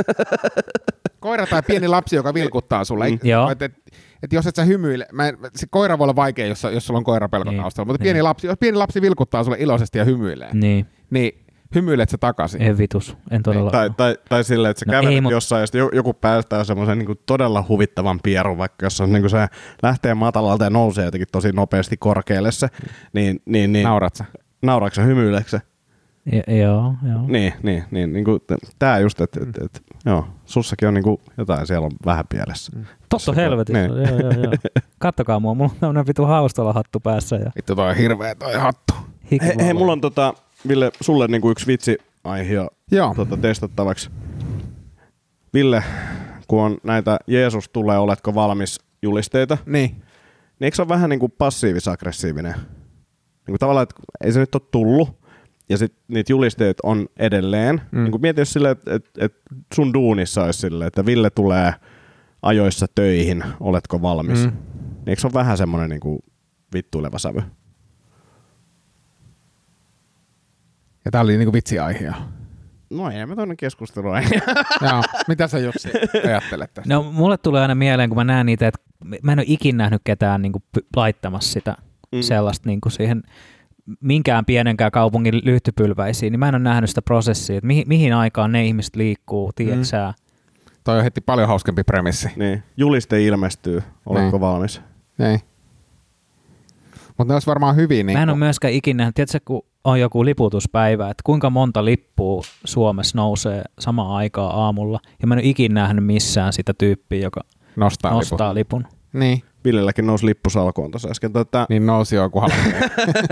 Koira tai pieni lapsi, joka vilkuttaa sulle. Et jos et sä hymyile, se koira voi olla vaikea, jos sulla on koirapelko taustalla, mutta jos pieni lapsi vilkuttaa sulle iloisesti ja hymyilee, niin hymyilet sä takaisin. En vitus, en todella. Tai silleen, että sä kävelet jossain ja sitten joku päästää semmoisen niin todella huvittavan pierun, vaikka jos on, niin se lähtee matalalta ja nousee jotenkin tosi nopeasti korkealle se. Niin, naurat sä? Nauraatko sä, hymyileekö sä? Joo. Niin kuin tää just, että joo, sussakin on niin kuin jotain, siellä on vähän pielessä. Totta helvetissä, joo. Kattokaa mua, mulla on tämmönen vitu haustola-hattu päässä. Vittu toi on hirveä toi hattu. Hei, mulla on Ville, sulle niin kuin yksi vitsiaihe testattavaksi. Ville, kun on näitä Jeesus tulee, oletko valmis -julisteita, niin eikö se ole vähän niin kuin passiivis-aggressiivinen? Niin kuin tavallaan, että ei se nyt ole tullut, ja sitten niitä julisteet on edelleen. Niin kuin mieti, jos silleen, että sun duunissa olisi silleen, että Ville tulee ajoissa töihin, oletko valmis? Niin eikö se ole vähän semmoinen niin kuin vittuileva sävy? Ja tää oli niinku vitsiaihe. No ei mä toinen keskustelua. Joo, mitä sä Jussi ajattelet tästä? No mulle tulee aina mieleen, kun mä näen niitä, että mä en ole ikinä nähnyt ketään niinku laittamassa sitä sellaista niinku siihen minkään pienenkään kaupungin lyhtypylväisiin, niin mä en ole nähnyt sitä prosessia, että mihin aikaan ne ihmiset liikkuu, tiedätkö sä? Toi on heti paljon hauskempi premissi. Niin, juliste ilmestyy, oletko valmis? Niin. Mutta ne olisi varmaan hyvin. Mä en ole myöskään ikinä nähnyt, tiedätkö, kun on joku liputuspäivä, että kuinka monta lippua Suomessa nousee samaan aikaan aamulla, ja mä en ole ikinä nähnyt missään sitä tyyppiä, joka nostaa lipun. Niin. Villelläkin nousi lippu salkoon tuossa äsken. Niin nousi joku halkeen.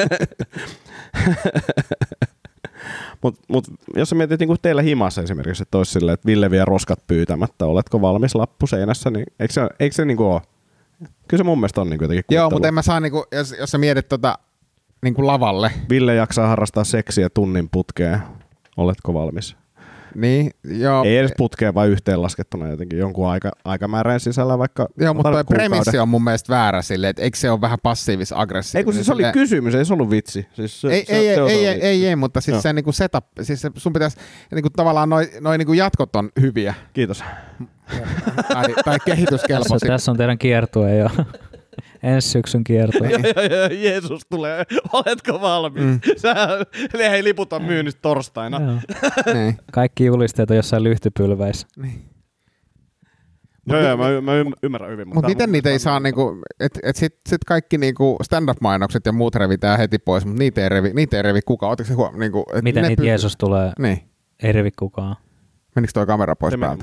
Mut jos sä mietit niin teillä himassa esimerkiksi, että olisi silleen, että Ville vie roskat pyytämättä, oletko valmis lappu seinässä, niin eikö se niinku ole? Kyllä se mun mielestä on niinku jotenkin kuittelu. Joo, mutta en mä saa, niinku, jos sä mietit niinku lavalle. Ville jaksaa harrastaa seksiä tunnin putkeen, oletko valmis? Niin, joo. Ei edes putkeen, vaan yhteenlaskettuna jotenkin jonkun aikamäärän sisällä vaikka. Joo, mutta toi premissi on mun mielestä väärä silleen, että eikö se ole vähän passiivis-aggressiivinen? Ei kun siis oli kysymys, ei se ollut vitsi. Siis ei, mutta siis se niinku setup, siis sun pitäisi niinku tavallaan noi niinku jatkot on hyviä. Kiitos. tai kehityskelpoisia. Tässä on teidän kiertue jo. Ensi syksyn kiertue. Jeesus tulee, oletko valmis? Hei, liput on myynnissä torstaina. Niin. Kaikki julisteet on jossain lyhtypylväissä. Niin. Joo, mä ymmärrän hyvin. Mutta miten niitä ei saa, niinku, että sit kaikki niinku stand-up-mainokset ja muut revitään heti pois, mutta niitä ei revi kukaan. Ootko se niinku, miten niitä Jeesus tulee? Niin. Ei revi kukaan. Menikö toi kamera pois päältä?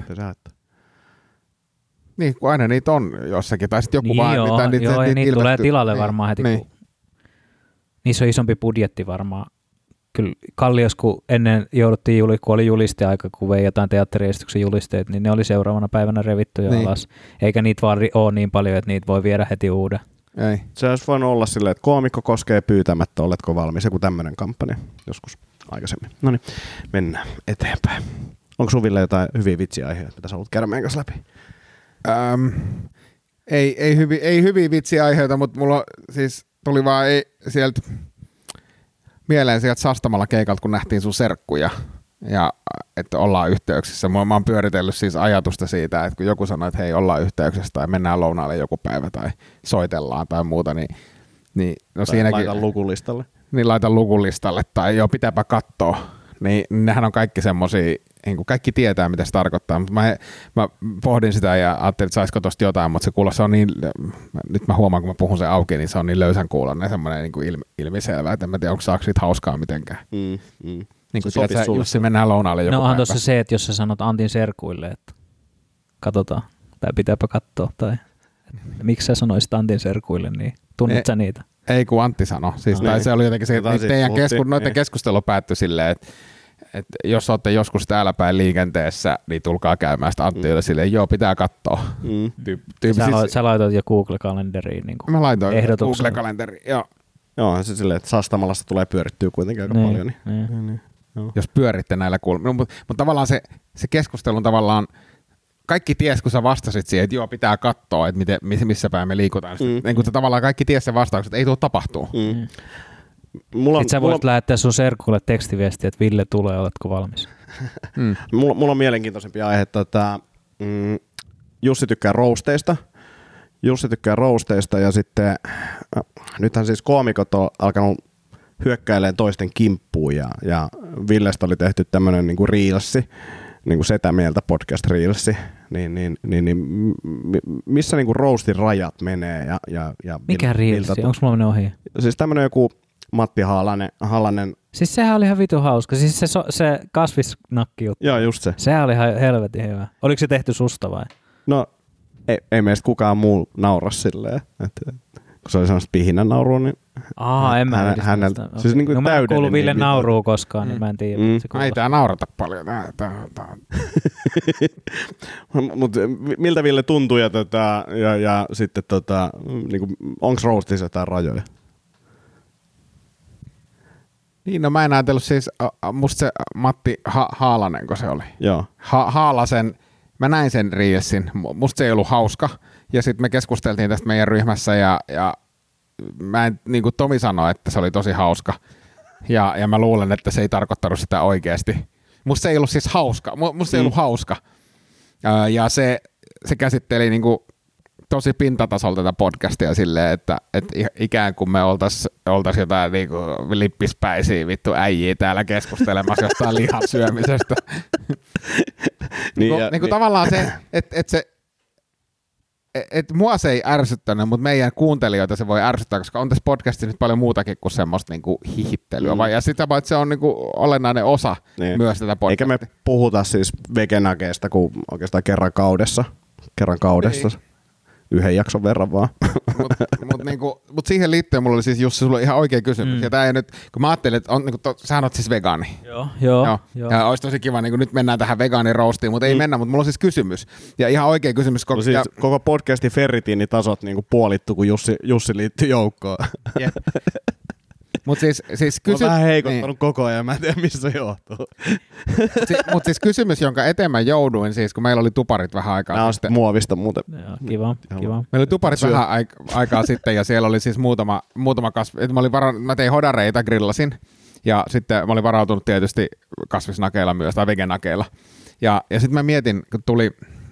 Niin, kun aina niitä on jossakin, tai sitten joku niin vaan... Niitä tulee tilalle niin, varmaan heti. Niin. Niissä on isompi budjetti varmaan. Kyllä Kallios, kun ennen jouduttiin, kun oli julisteaika, kun vei jotain teatteriesityksen julisteet, niin ne oli seuraavana päivänä revitty jo alas. Eikä niitä vaan ole niin paljon, että niitä voi viedä heti uuden. Ei. Se olisi voinut olla silleen, että koomikko koskee pyytämättä, oletko valmis, joku tämmöinen kampanja joskus aikaisemmin. No niin, mennään eteenpäin. Onko sun Ville jotain hyviä vitsiaiheita, mitä sä haluat käydä meidän kanssa läpi? Ei hyviä vitsiaiheita, mutta mulla siis tuli vaan sieltä mieleen sieltä Sastamalla keikalta, kun nähtiin sun serkkuja ja että ollaan yhteyksissä. Mä oon pyöritellyt siis ajatusta siitä, että kun joku sanoo, että hei, ollaan yhteyksissä tai mennään lounaalle joku päivä tai soitellaan tai muuta, niin no tai siinäkin... laitan lukulistalle. niin laita lukulistalle tai joo, pitääpä katsoa. Niin nehän on kaikki semmosia, niin kaikki tietää mitä se tarkoittaa, mutta mä pohdin sitä ja ajattelin, että saisiko tosta jotain, mutta se kuulossa on niin, nyt mä huomaan kun mä puhun sen auki, niin se on niin löysän kuulonen semmoinen niin ilmiselvä, että en mä tiedä, onko saako siitä hauskaa mitenkään. Niin kuin tiedät, Jussi, mennään lounaalle joku päivä. Onhan tuossa se, että jos sä sanot Antin serkuille, että katsotaan, tai pitääpä katsoa, tai miksi sä sanoisit Antin serkuille, niin tunnet sä niitä? Ei kun Antti sanoi. Siis, tai se oli jotenkin se, että teidän noiden keskustelu päättyi silleen, että jos olette joskus täällä päin liikenteessä, niin tulkaa käymään sitä Antti oli silleen, joo, pitää katsoa. Sä laitoit jo Google-kalenderiin niin mä laitoin ehdotuksen. Google-kalenteri, joo. Joo, se silleen, että Sastamalassa tulee pyörittyä kuitenkin aika paljon. Niin. Jos pyöritte näillä kulmilla. Mutta tavallaan se keskustelun tavallaan, kaikki ties, kun sä vastasit siihen, että joo, pitää katsoa, että missä päin me liikutaan. Niin kun tavallaan kaikki ties sen vastaukset, että ei tule tapahtuu. Sitten sä voisit lähettää sun serkulle tekstiviestiä, että Ville tulee, oletko valmis? Mulla on mielenkiintoisempi aihe. Jussi tykkää rousteista ja sitten nythän siis koomikot on alkanut hyökkäilemään toisten kimppuun ja Villestä oli tehty tämmöinen niinku reelsi, niinku Setä mieltä podcast-reelsi, niin missä niinku roastin rajat menee ja mikä reelsi? Onko mulla mennyt ohi? Siis tämmöinen joku Matti Hallanen. Siis sehän oli ihan vitu hauska. Siis se kasvisnakki juttu. Joo, just se. Sehän oli ihan helvetin hyvä. Oliko se tehty susta vai? No, ei meistä kukaan muu naura silleen, että kun se oli semmoista pihinän naurua, niin en mä häneltä. Siis niin kuin mä en kuullut Ville nauruu koskaan, niin mä en tiedä. Ei tää naurata paljon. Mutta miltä Ville tuntuu ja sitten niinku, onko roastissa jotain rajoja? Niin, no mä en ajatellut siis, musta se Matti Haalanen, kun se oli. Joo. Haalasen, mä näin sen reelsin, musta se ei ollut hauska. Ja sitten me keskusteltiin tästä meidän ryhmässä ja mä en, niin kuin Tomi sanoi, että se oli tosi hauska. Ja mä luulen, että se ei tarkoittanut sitä oikeasti. Musta se ei ollut siis hauska. Musta se ei ollut hauska. Ja se käsitteli niin kuin tosi pintatasolla tätä podcastia silleen, että ikään kuin me oltais jotain niin kuin lippispäisiä vittu äijiä täällä keskustelemassa jostain lihan syömisestä. niin tavallaan se, että mua se ei ärsyttänyt, mutta meidän kuuntelijoita se voi ärsyttää, koska on tässä podcastissa nyt paljon muutakin kuin semmoista niinku hihittelyä. Ja sitä vaan, että se on niinku olennainen osa myös tätä podcastia. Eikä me puhuta siis vegenakeista kuin oikeastaan kerran kaudessa. Yhden jakson verran vaan. Mutta siihen liittyen mulla oli siis Jussi, sulla oli ihan oikea kysymys. Ja tää ei nyt, kun mä ajattelin, että sähän oot siis vegaani. Joo. Ja olisi tosi kiva, niin nyt mennään tähän vegaaniroastiin, mutta ei mennä, mutta mulla on siis kysymys. Ja ihan oikea kysymys. Koko podcastin ferritiinitasot niin puolittu, kun Jussi liittyi joukkoon. Yeah. Mutta siis mä oon vähän heikottanut koko ajan, mä en tiedä missä se johtuu. Mutta siis kysymys, jonka eteen mä jouduin, siis kun meillä oli tuparit vähän aikaa sitten. Nämä on sitten muovista muuten. Joo, kiva. Meillä oli tuparit vähän aikaa sitten ja siellä oli siis muutama kasvi. Mä tein hodareita, grillasin ja sitten mä olin varautunut tietysti kasvisnakeilla myös tai vegenakeilla. Ja sitten mä mietin, kun tuli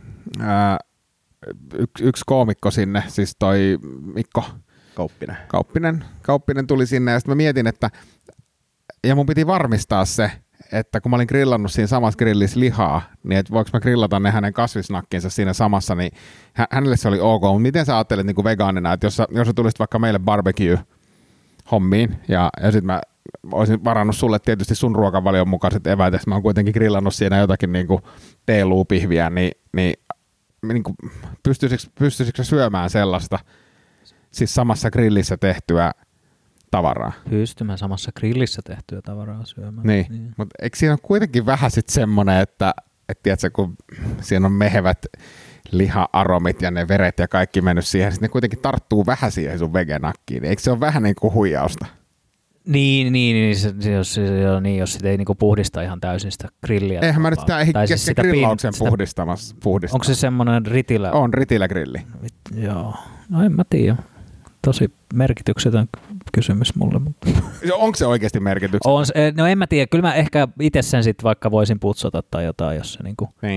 yksi koomikko sinne, siis toi Mikko Kauppinen tuli sinne ja sitten mä mietin, että ja mun piti varmistaa se, että kun mä olin grillannut siinä samassa grillissä lihaa, niin että voiko mä grillata ne hänen kasvisnakkinsa siinä samassa, niin hänelle se oli ok, mutta miten sä ajattelet niin kuin vegaanina, että jos sä tulisit vaikka meille barbecue-hommiin ja sitten mä olisin varannut sulle tietysti sun ruokavalion mukaiset eväät, ja mä oon kuitenkin grillannut siinä jotakin niin kuin teeluupihviä, niin kuin pystyisikö syömään sellaista, siis samassa grillissä tehtyä tavaraa. Pystymään samassa grillissä tehtyä tavaraa syömään. Niin. Mutta eikö siinä ole kuitenkin vähän sitten semmoinen, että tiedätkö, kun siinä on mehevät liha-aromit ja ne veret ja kaikki mennyt siihen, sitten ne kuitenkin tarttuu vähän siihen sun vegenakkiin. Eikö se ole vähän niin kuin huijausta? Niin, jos sitä ei niinku puhdista ihan täysin sitä grilliä. Eihän mä nyt sitä kesken grillauksen puhdistamassa. Onko se semmoinen ritilä? On ritilägrilli. Joo, no en mä tiedä. Tosi merkityksetön kysymys mulle. Onko se oikeasti merkityksetön? No en mä tiedä, kyllä mä ehkä itse sen sitten vaikka voisin putsata tai jotain, jos se niinku... Niin.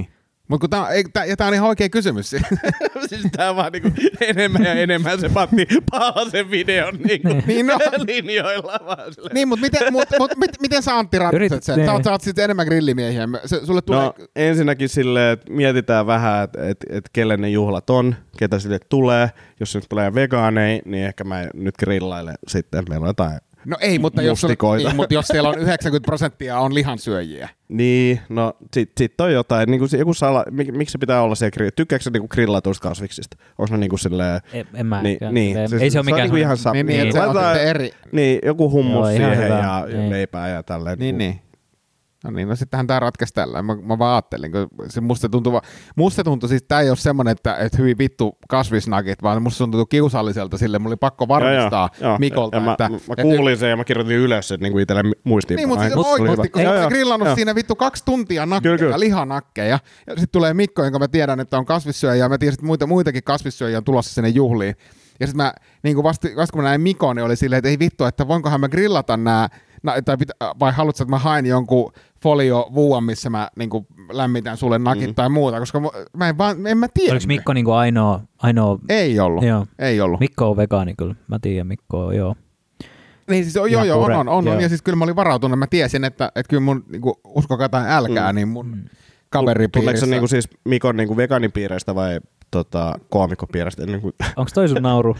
Mutta tämä on ihan oikea kysymys. Siis tää vaan niinku enemmän ja enemmän se Matti Paalasen videon niinku linjoilla vaan silleen. Niin, mutta miten sä Antti ratkaiset sen? Sä oot siis enemmän grillimiehiä. Sulle tulee... No ensinnäkin silleen, että mietitään vähän, että kelle ne juhlat on, ketä sille tulee. Jos nyt tulee vegaaneja, niin ehkä mä nyt grillailen sitten. Meillä on jotain No ei, mutta jos siellä on 90% on lihansyöjiä. Niin, no sit on jotain, niin kuin joku miksi se pitää olla siellä, tykkääkö se niinku grillatuista kasviksista? Onko ne niinku silleen... En mä. Niin, ei se ole mikään... Niinku ihan niin, se on eri... Niin, joku hummus siihen hyvä. ja leipää ja tälleen. Niin. No niin, no sittenhän tämä ratkaisi tällä. Mä vaan ajattelin, kun se musta tuntui siis, tää ei ole semmoinen, että hyvin vittu kasvisnagit, vaan musta tuntuu kiusalliselta sille. Mulla oli pakko varmistaa Mikolta. Mä kuulin sen ja mä kirjoitin ylös, että niinku itselle muistiin. Niin, mutta siis oikeasti, kun sä oot grillannut siinä vittu 2 tuntia nakkeja, lihanakkeja, ja sitten tulee Mikko, jonka mä tiedän, että on kasvissyöjä, ja mä tiedän, että muitakin kasvissyöjiä on tulossa sinne juhliin. Ja sitten mä, niin vasta kun mä näin Mikon, niin oli silleen, että ei vittu, että voinkohan mä grillata nämä, vai haluatko, että mä haen jonkun folio-vuuan, missä mä niin lämmitän sulle nakit tai muuta, koska en mä tiedä. Oliko Mikko niin ainoa? Ei ollut. Joo. Ei ollut. Mikko on vegaani kyllä. Mä tiedän Mikko, joo. Niin siis on. Ja siis kyllä mä olin varautunut. Mä tiesin, että kyllä mun, niin kuin, uskokaa tai älkää, niin mun kaveripiirissä. Tuleeko se niin kuin, siis Mikon niin kuin vegaanipiireistä vai koomikkopiireistä? Niin kuin... Onko toi sun nauru?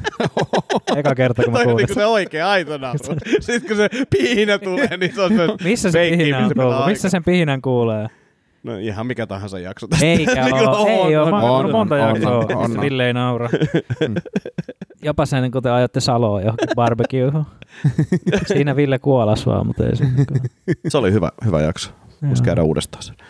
Eka kerta, kun mä kuulin. Toi on se oikea aito nauru. Sitten kun se pihinä tulee, niin se on se missä se pihinä on tullut? Missä sen pihinän kuulee? No ihan mikä tahansa jakso tästä. Eikä ole. Ei ole. Mä oon monta jaksoa, missä Ville ei naura. Jopa sen, kun te ajatte Saloon johonkin barbecuehun. Siinä Ville kuolas vaan, mutta ei se. Se oli hyvä jakso. Voisi käydä uudestaan sen.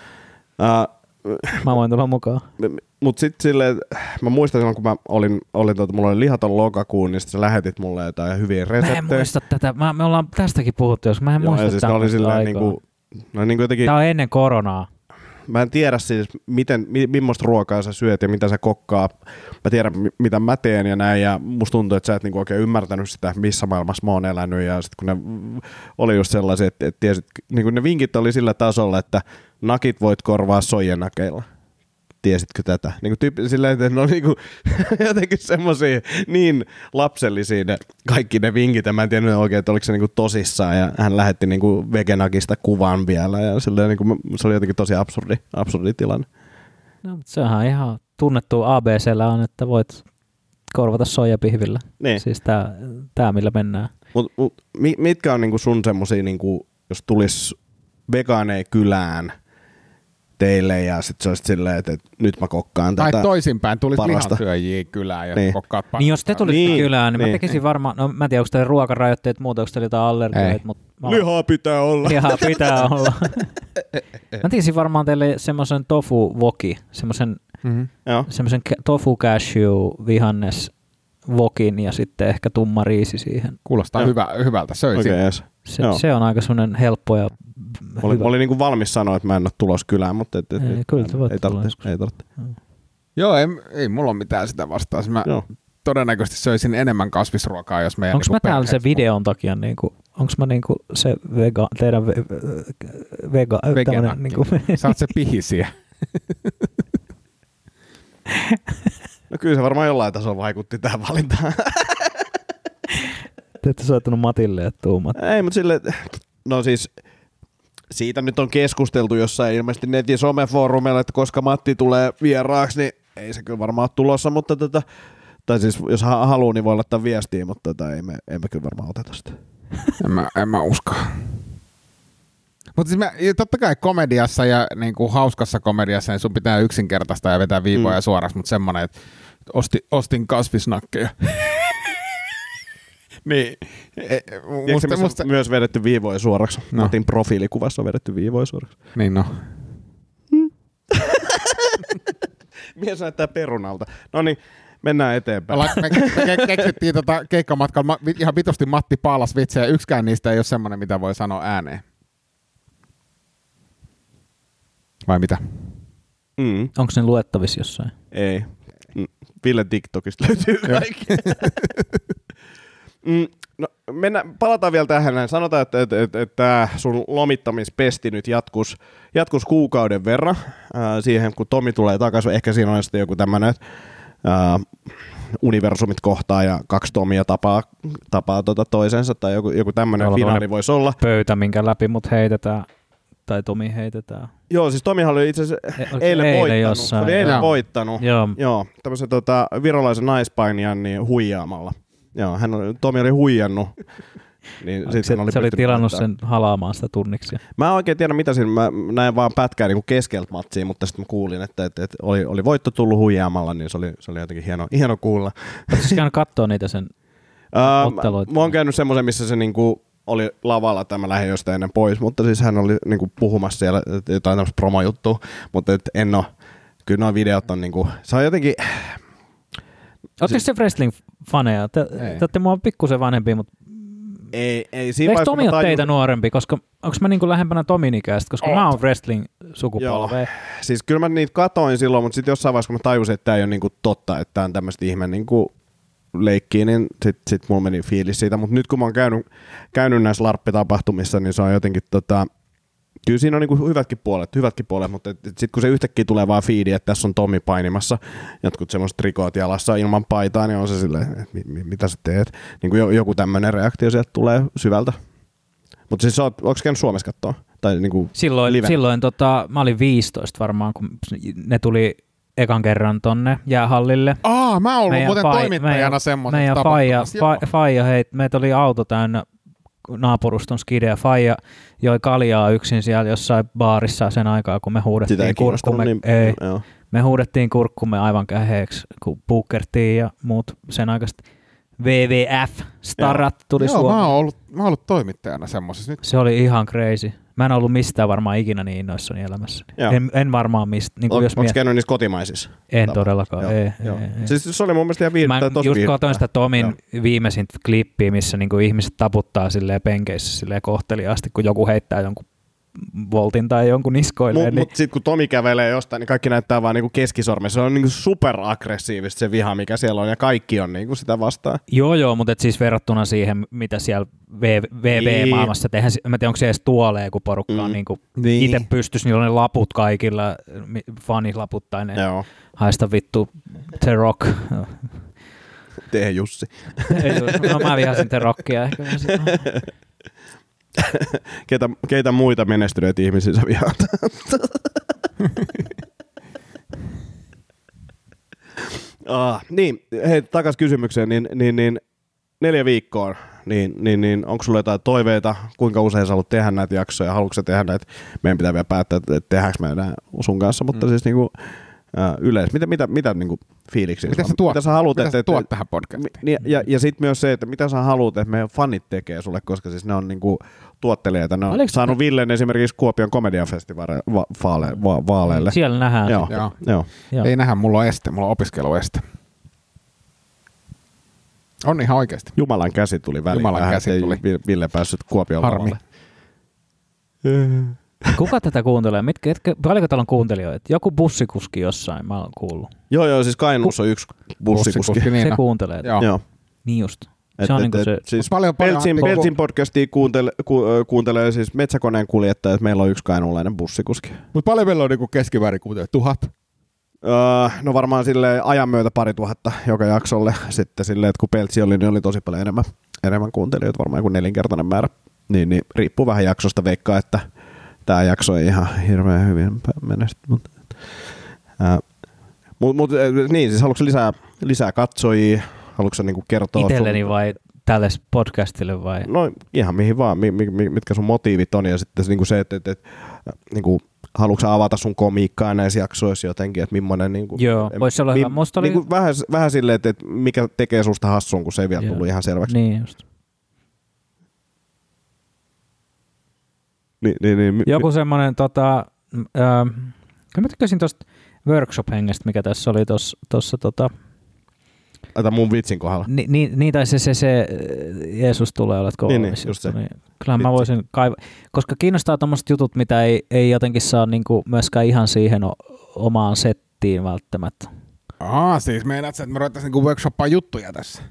Mä voin tulla mukaan. Mut sit silleen, mä muistan silloin, kun mä mulla oli lihaton lokakuun, niin sit sä lähetit mulle jotain hyviä reseptejä. Mä en muista tätä. Me ollaan tästäkin puhuttu, jos mä en muista siis tätä. Oli silleen niinku jotenkin... Tää on ennen koronaa. Mä en tiedä siis, millaista ruokaa sä syöt ja mitä sä kokkaa. Mä tiedän, mitä mä teen ja näin, ja musta tuntuu, että sä et niinku oikein ymmärtänyt sitä, missä maailmassa mä oon elänyt, ja sit kun ne oli just sellaisia, että tiesit, niinku ne vinkit oli sillä tasolla, että nakit voit korvaa soijanakeilla. Tiesitkö tätä? Niinku silleen, että ne on niinku jotenkin semmosia niin lapsellisia kaikki ne vinkit, ja mä en tiedä oikein, että oliko se niinku tosissaan, ja hän lähetti niinku vegenakista kuvan vielä, ja silleen, niinku, se oli jotenkin tosi absurdi tilanne. No, mutta sehän ihan tunnettu ABC:llä on, että voit korvata soijapihvillä. Niin. Siis tää millä mennään. Mut mitkä on niinku sun semmosia, niinku, jos tulis vegaaneja kylään teille ja sit se olisi silleen, että nyt mä kokkaan tätä. Tai toisinpäin, tulisi lihansyöjiä kylään ja kokkaat niin jos te tulisitte kylään, niin mä tekisin varmaan, no mä en tiedä, onko teillä ruokarajoitteet muuta, onko teillä jotain allergioita, mutta... Lihaa pitää olla. Lihaa pitää olla. Mä tekisin varmaan teille semmoisen tofu-voki, semmoisen tofu cashew vihannes vokin ja sitten ehkä tumma riisi siihen. Kuulostaa hyvältä, söisin. Okay, yes. Se on aika semmoinen helppo ja Mä olin niin kuin valmis sanoa, että mä en ole tulos kylään, mutta ei tarvitse. Joo, ei mulla ole mitään sitä vastaan. Mä todennäköisesti söisin enemmän kasvisruokaa, jos meidän... Onko mä täällä se videon takia, onko mä se teidän vegaanakki? Sä oot se pihisiä. No kyllä se varmaan jollain tasolla vaikutti tähän valintaan. Te ette soittanut Matille, että tuumat. Ei, mutta silleen, no siis siitä nyt on keskusteltu jossain ilmeisesti netin somefoorumeilla, että koska Matti tulee vieraaksi, niin ei se kyllä varmaan ole tulossa, mutta tai siis jos haluaa, niin voi laittaa viestiä, mutta emme kyllä varmaan oteta sitä. En mä usko. Mutta siis totta kai komediassa ja niin kuin hauskassa komediassa niin sun pitää yksinkertaista ja vetää viivoja suoraksi, mutta semmoinen, että ostin kasvisnakkeja. Niin. Musta myös vedetty viivoja suoraksi. No. Matin profiilikuvassa on vedetty viivoja suoraksi. Niin no. Mies näyttää perunalta. No niin, mennään eteenpäin. Me keksittiin keikkamatkalla ihan vitosti Matti Paalas vitsejä. Yksikään niistä ei ole semmoinen, mitä voi sanoa ääneen. Vai mitä? Onko ne luettavissa jossain? Ei. Ville TikTokista löytyy kaikki. No, palataan vielä tähän näin. Sanotaan, että tämä sun lomittamispesti nyt jatkus kuukauden verran siihen, kun Tomi tulee takaisin. Ehkä siinä on sitten joku tämmöinen universumit kohtaa ja 2 Tomia tapaa toisensa tai joku tämmöinen finaali voisi olla. Pöytä, minkä läpi mut heitetään. Tai Tomi heitetään. Joo, siis Tomihan oli itse asiassa eilen voittanut. Joo, tämmöisen virolaisen naispainijan niin huijaamalla. Joo, Tomi oli huijannut. Niin se oli tilannut sen halaamaan sitä tunniksi. Mä en oikein tiedä mitä siinä, mä näin vaan pätkää niin keskeltä matsia, mutta sitten mä kuulin, että oli voitto tullut huijaamalla, niin se oli jotenkin hieno kuulla. Oletko siis käynyt katsoa niitä sen otteluita? Mä oon käynyt semmoisen, missä se niinku oli lavalla, tämä lähdin jostain ennen pois, mutta siis hän oli niinku puhumassa siellä jotain tämmöistä promojuttua, mutta en ole, kyllä nuo videot on niinku, se on jotenkin... Oletteko se wrestling-faneja? Te olette mua pikkusen vanhempia, mutta... Ei eikö Tomi ole teitä nuorempi? Koska onko mä niinku lähempänä Tomin ikäistä? Koska mä oon wrestling-sukupolvea. Siis kyllä mä niitä katoin silloin, mutta sitten jossain vaiheessa kun mä tajusin, että tää ei ole niinku totta, että tää on tämmöistä ihme niinku leikkiä, niin sit mulla meni fiilis siitä. Mutta nyt kun mä oon käynyt näissä larppitapahtumissa, niin se on jotenkin kyllä siinä on niinku hyvätkin puolet, mutta sitten kun se yhtäkkiä tulee vaan fiidi, että tässä on Tomi painimassa jotkut semmoiset trikoot jalassa ilman paitaa, niin on se silleen, että mitä sä teet. Niin kuin joku tämmöinen reaktio sieltä tulee syvältä. Mutta siis onko käynyt Suomessa katsoa? Tai niinku silloin mä olin 15 varmaan, kun ne tuli ekan kerran tonne jäähallille. Mä oon ollut muuten toimittajana semmoisessa tapahtumassa. Meitä oli auto täynnä naapuruston skide ja faija joi kaljaa yksin siellä jossain baarissa sen aikaa, kun me huudettiin kurkkumme. Me huudettiin kurkkumme aivan käheeksi, kun puukertiin ja muut sen aikaiset WWF-starat tuli Suomeen. Mä oon ollut toimittajana semmoisessa. Se oli ihan crazy. Mä en ollut mistään varmaan ikinä niin innoissani elämässäni. En varmaan mistä. Niin Onko käynyt niissä kotimaisissa? En todellakaan, ei. Siis se oli mun mielestä ihan viihdyttävää. Mä just katsoin sitä Tomin viimeisintä klippiä, missä niinku ihmiset taputtaa silleen penkeissä silleen kohteliaasti, kun joku heittää jonkun voltin tai jonkun niskoilleen. Mutta sitten kun Tomi kävelee jostain, niin kaikki näyttää vaan niinku keskisormessa. Se on niinku superaggressiivista se viha, mikä siellä on, ja kaikki on niinku sitä vastaan. Joo, mutta siis verrattuna siihen, mitä siellä VV-maailmassa tehdään, mä en tiedä, onko se edes tuolee, kun porukka on niinku itse pystyisi, niillä on ne laput kaikilla, fanilaput tai ne haista vittu The Rock. Tee Jussi. No mä vihasin The Rockia ehkä. Keitä muita menestyneitä ihmisiä sä vihaat? Niin, hei, takas kysymykseen, niin 4 viikkoa, niin onko sulla jotain toiveita, kuinka usein sä haluat tehdä näitä jaksoja, haluatko sä tehdä näitä, meidän pitää vielä päättää, että tehdäänkö me enää sun kanssa, mutta siis niinku yleensä, mitä niinku fiiliksiä? Mitä sä haluat tähän podcastiin? Ja sitten myös se, että mitä sä haluat, että meidän fanit tekee sulle, koska siis ne on niinku tuottelijoita. Ne on saanut Villen esimerkiksi Kuopion komediafestivaaleille. Siellä nähdään. Joo. Ei nähdä, mulla on opiskelueste. On ihan oikeasti. Jumalan käsi tuli väliin. Ville päässyt Kuopion lavalle. Kuka tätä kuuntelee? Paljonko täällä on kuuntelijoita? Joku bussikuski jossain, mä oon kuullut. Joo, siis Kainuussa on yksi bussikuski. Se kuuntelee. Joo. Niin just. Se on niinku se... Siis Peltsin podcastia kuuntelee siis metsäkoneen kuljettajat, meillä on yksi kainuulainen bussikuski. Mutta paljon meillä on niinku keskiväärin kuuntelee? 1000? No varmaan silleen ajan myötä 2000 joka jaksolle. Sitten silleen, että kun Peltsi oli, niin oli tosi paljon enemmän kuuntelijoita, varmaan joku 4-kertainen määrä. Niin riippuu vähän jaksosta, veikkaa, että tämä jakso ei ihan hirveän hyvin menesty. Niin, siis haluatko lisää katsojia? Haluatko sä niinku kertoa itselleni vai tälle podcastille vai? No ihan mihin vaan, mitkä sun motiivit on ja sitten niinku se, että niinku, haluatko sä avata sun komiikkaa näissä jaksoissa jotenkin, että millainen niinku... Joo, voisi olla hyvä. Niinku vähän silleen, että mikä tekee susta hassun, kun se ei vielä tullut ihan selväksi. Niin just. Niin. Joku semmoinen, mä tykkäsin tuosta workshop-hengestä, mikä tässä oli tuossa mun vitsin kohdalla. Niin tai se Jeesus tulee, oletko valmis? Just se. Niin, kyllähän mä voisin koska kiinnostaa tommoset jutut, mitä ei jotenkin saa niinku myöskään ihan siihen omaan settiin välttämättä. Siis meinaat sä, että me ruvettaisiin niinku workshoppaa juttuja tässä?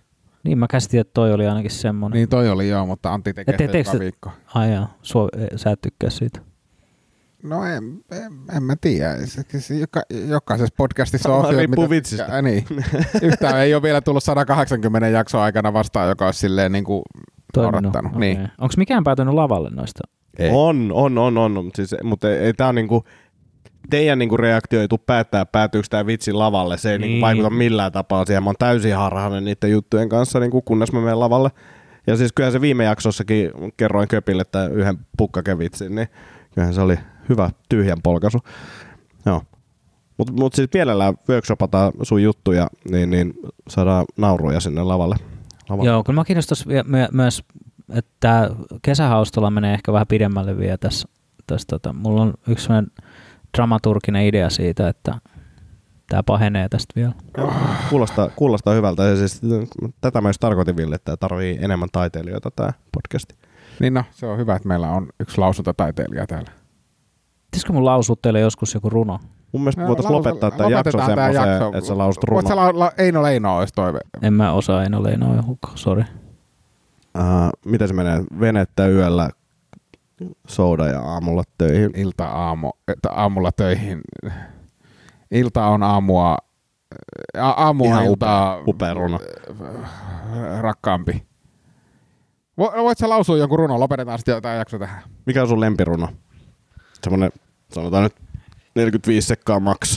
Niin, mä käsitin, että toi oli ainakin semmoinen. Niin toi oli joo, mutta Antti tekee sitä joka viikko. Ai jaa, sä et tykkää siitä. No en mä tiedä. Jokaisessa podcastissa on riippuu vitsistä. Niin. Yhtään ei ole vielä tullut 180 jaksoa aikana vastaan, joka olisi silleen niin kuin odottanut. Okay. Niin. Onko mikään päätynyt lavalle noista? Ei. On. Siis, mutta ei tää on niinku, teidän niinku reaktio ei tule päätyykö tämä vitsi lavalle. Se ei niinku vaikuta millään tapaa siihen. Mä oon täysin harhainen niiden juttujen kanssa, niinku, kunnes mä menen lavalle. Ja siis kyllähän se viime jaksossakin kerroin Köpille että yhden pukkakevitsin, niin kyllähän se oli hyvä tyhjän polkaisu. Joo. Mutta siis mielellään workshopataan sun juttuja, niin saadaan nauruja sinne lavalle. Joo, kyllä mä kiinnostais myös, että kesähaustolla menee ehkä vähän pidemmälle vielä tässä. Mulla on yksi sellainen dramaturginen idea siitä, että tämä pahenee tästä vielä. Kuulostaa hyvältä. Ja siis, tätä myös tarkoitin, Ville, että tarvii enemmän taiteilijoita tämä podcasti. Niin no, se on hyvä, että meillä on yksi lausuntataiteilija täällä. Pitäisikö mun lausua teille joskus joku runo? Mun mielestä voitaisiin lopettaa tämä jakso semmoiseen, että sä lausut runon. Eino Leino olisi toive. En mä osaa Eino Leinoa, sori. Miten se menee? Venettä yöllä, souda ja aamulla töihin. Aamulla töihin. Ilta on aamua. Aamu on iltaa. Upea runo. Rakkaampi. Voit sä lausua jonkun runon? Lopetetaan sitten tämä jakso tähän. Mikä on sun lempiruno? Semmoinen, sanotaan nyt 45 sekkaa maks.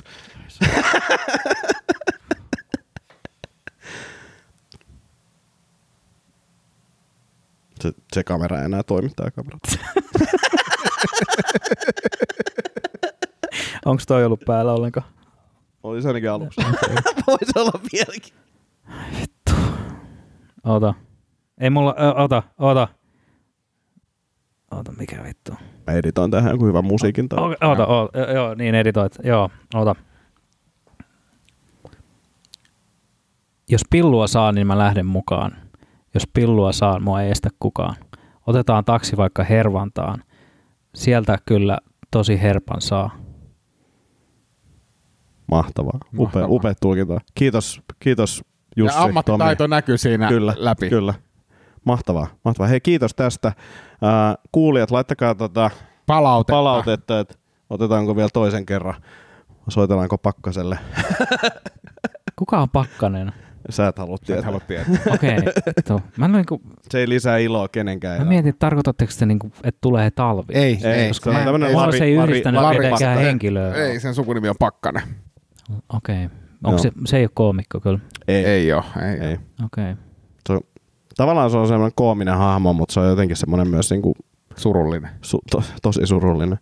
Se kamera ei enää toimi, tää kamera. Onko toi ollut päällä ollenkaan? Oli se ainakin aluksi. Voisi olla vieläkin. Vittu. Ota. Ei mulla, ota. Ota, mikä vittu. Mä editoin tähän joku hyvän musiikin. Joo, niin editoit. Joo, ota. Jos pillua saan, niin mä lähden mukaan. Jos pillua saan, mua ei estä kukaan. Otetaan taksi vaikka Hervantaan. Sieltä kyllä tosi herpan saa. Mahtavaa. Upea tulkinta. Kiitos Jussi. Ja ammattitaito näkyy siinä läpi. Kyllä. Mahtavaa. Hei, kiitos tästä. Kuulijat, laittakaa palautetta, että otetaanko vielä toisen kerran. Soitellaanko Pakkaselle? Kuka on Pakkanen? Sä et halua tietää. Okei. Se ei lisää iloa kenenkään. Mä mietin, että tarkoitatteko te, että tulee talvi? Ei. Koska se ei yhdistänyt mitenkään henkilöä. Ei, sen sukunimi on Pakkanen. Okei. Onko se ei ole koomikko kyllä? Ei ole. Okei. Tavallaan se on semmoinen koominen hahmo, mutta se on jotenkin semmoinen myös niinku surullinen. Tosi surullinen.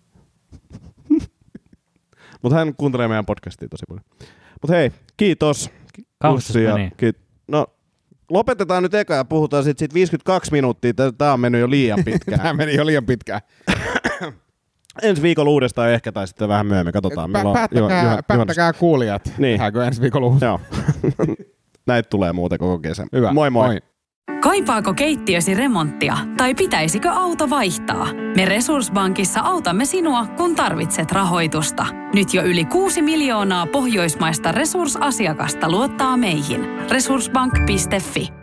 Mutta hän kuuntelee meidän podcastia tosi paljon. Mutta hei, kiitos. Kausta meni. No, lopetetaan nyt eka ja puhutaan siitä 52 minuuttia. Tää on mennyt jo liian pitkään. Tää meni jo liian pitkään. Ensi viikolla uudestaan ehkä tai sitten vähän myöhemmin. Katsotaan. Päättäkää kuulijat. Niin. Tehdäänkö ensi viikolla uudestaan? Joo. Näitä tulee muuten koko kesän. Hyvä. Moi. Kaipaako keittiösi remonttia tai pitäisikö auto vaihtaa? Me Resurssbankissa autamme sinua, kun tarvitset rahoitusta. Nyt jo yli 6 miljoonaa pohjoismaista resursasiakasta luottaa meihin. Resurssbank.fi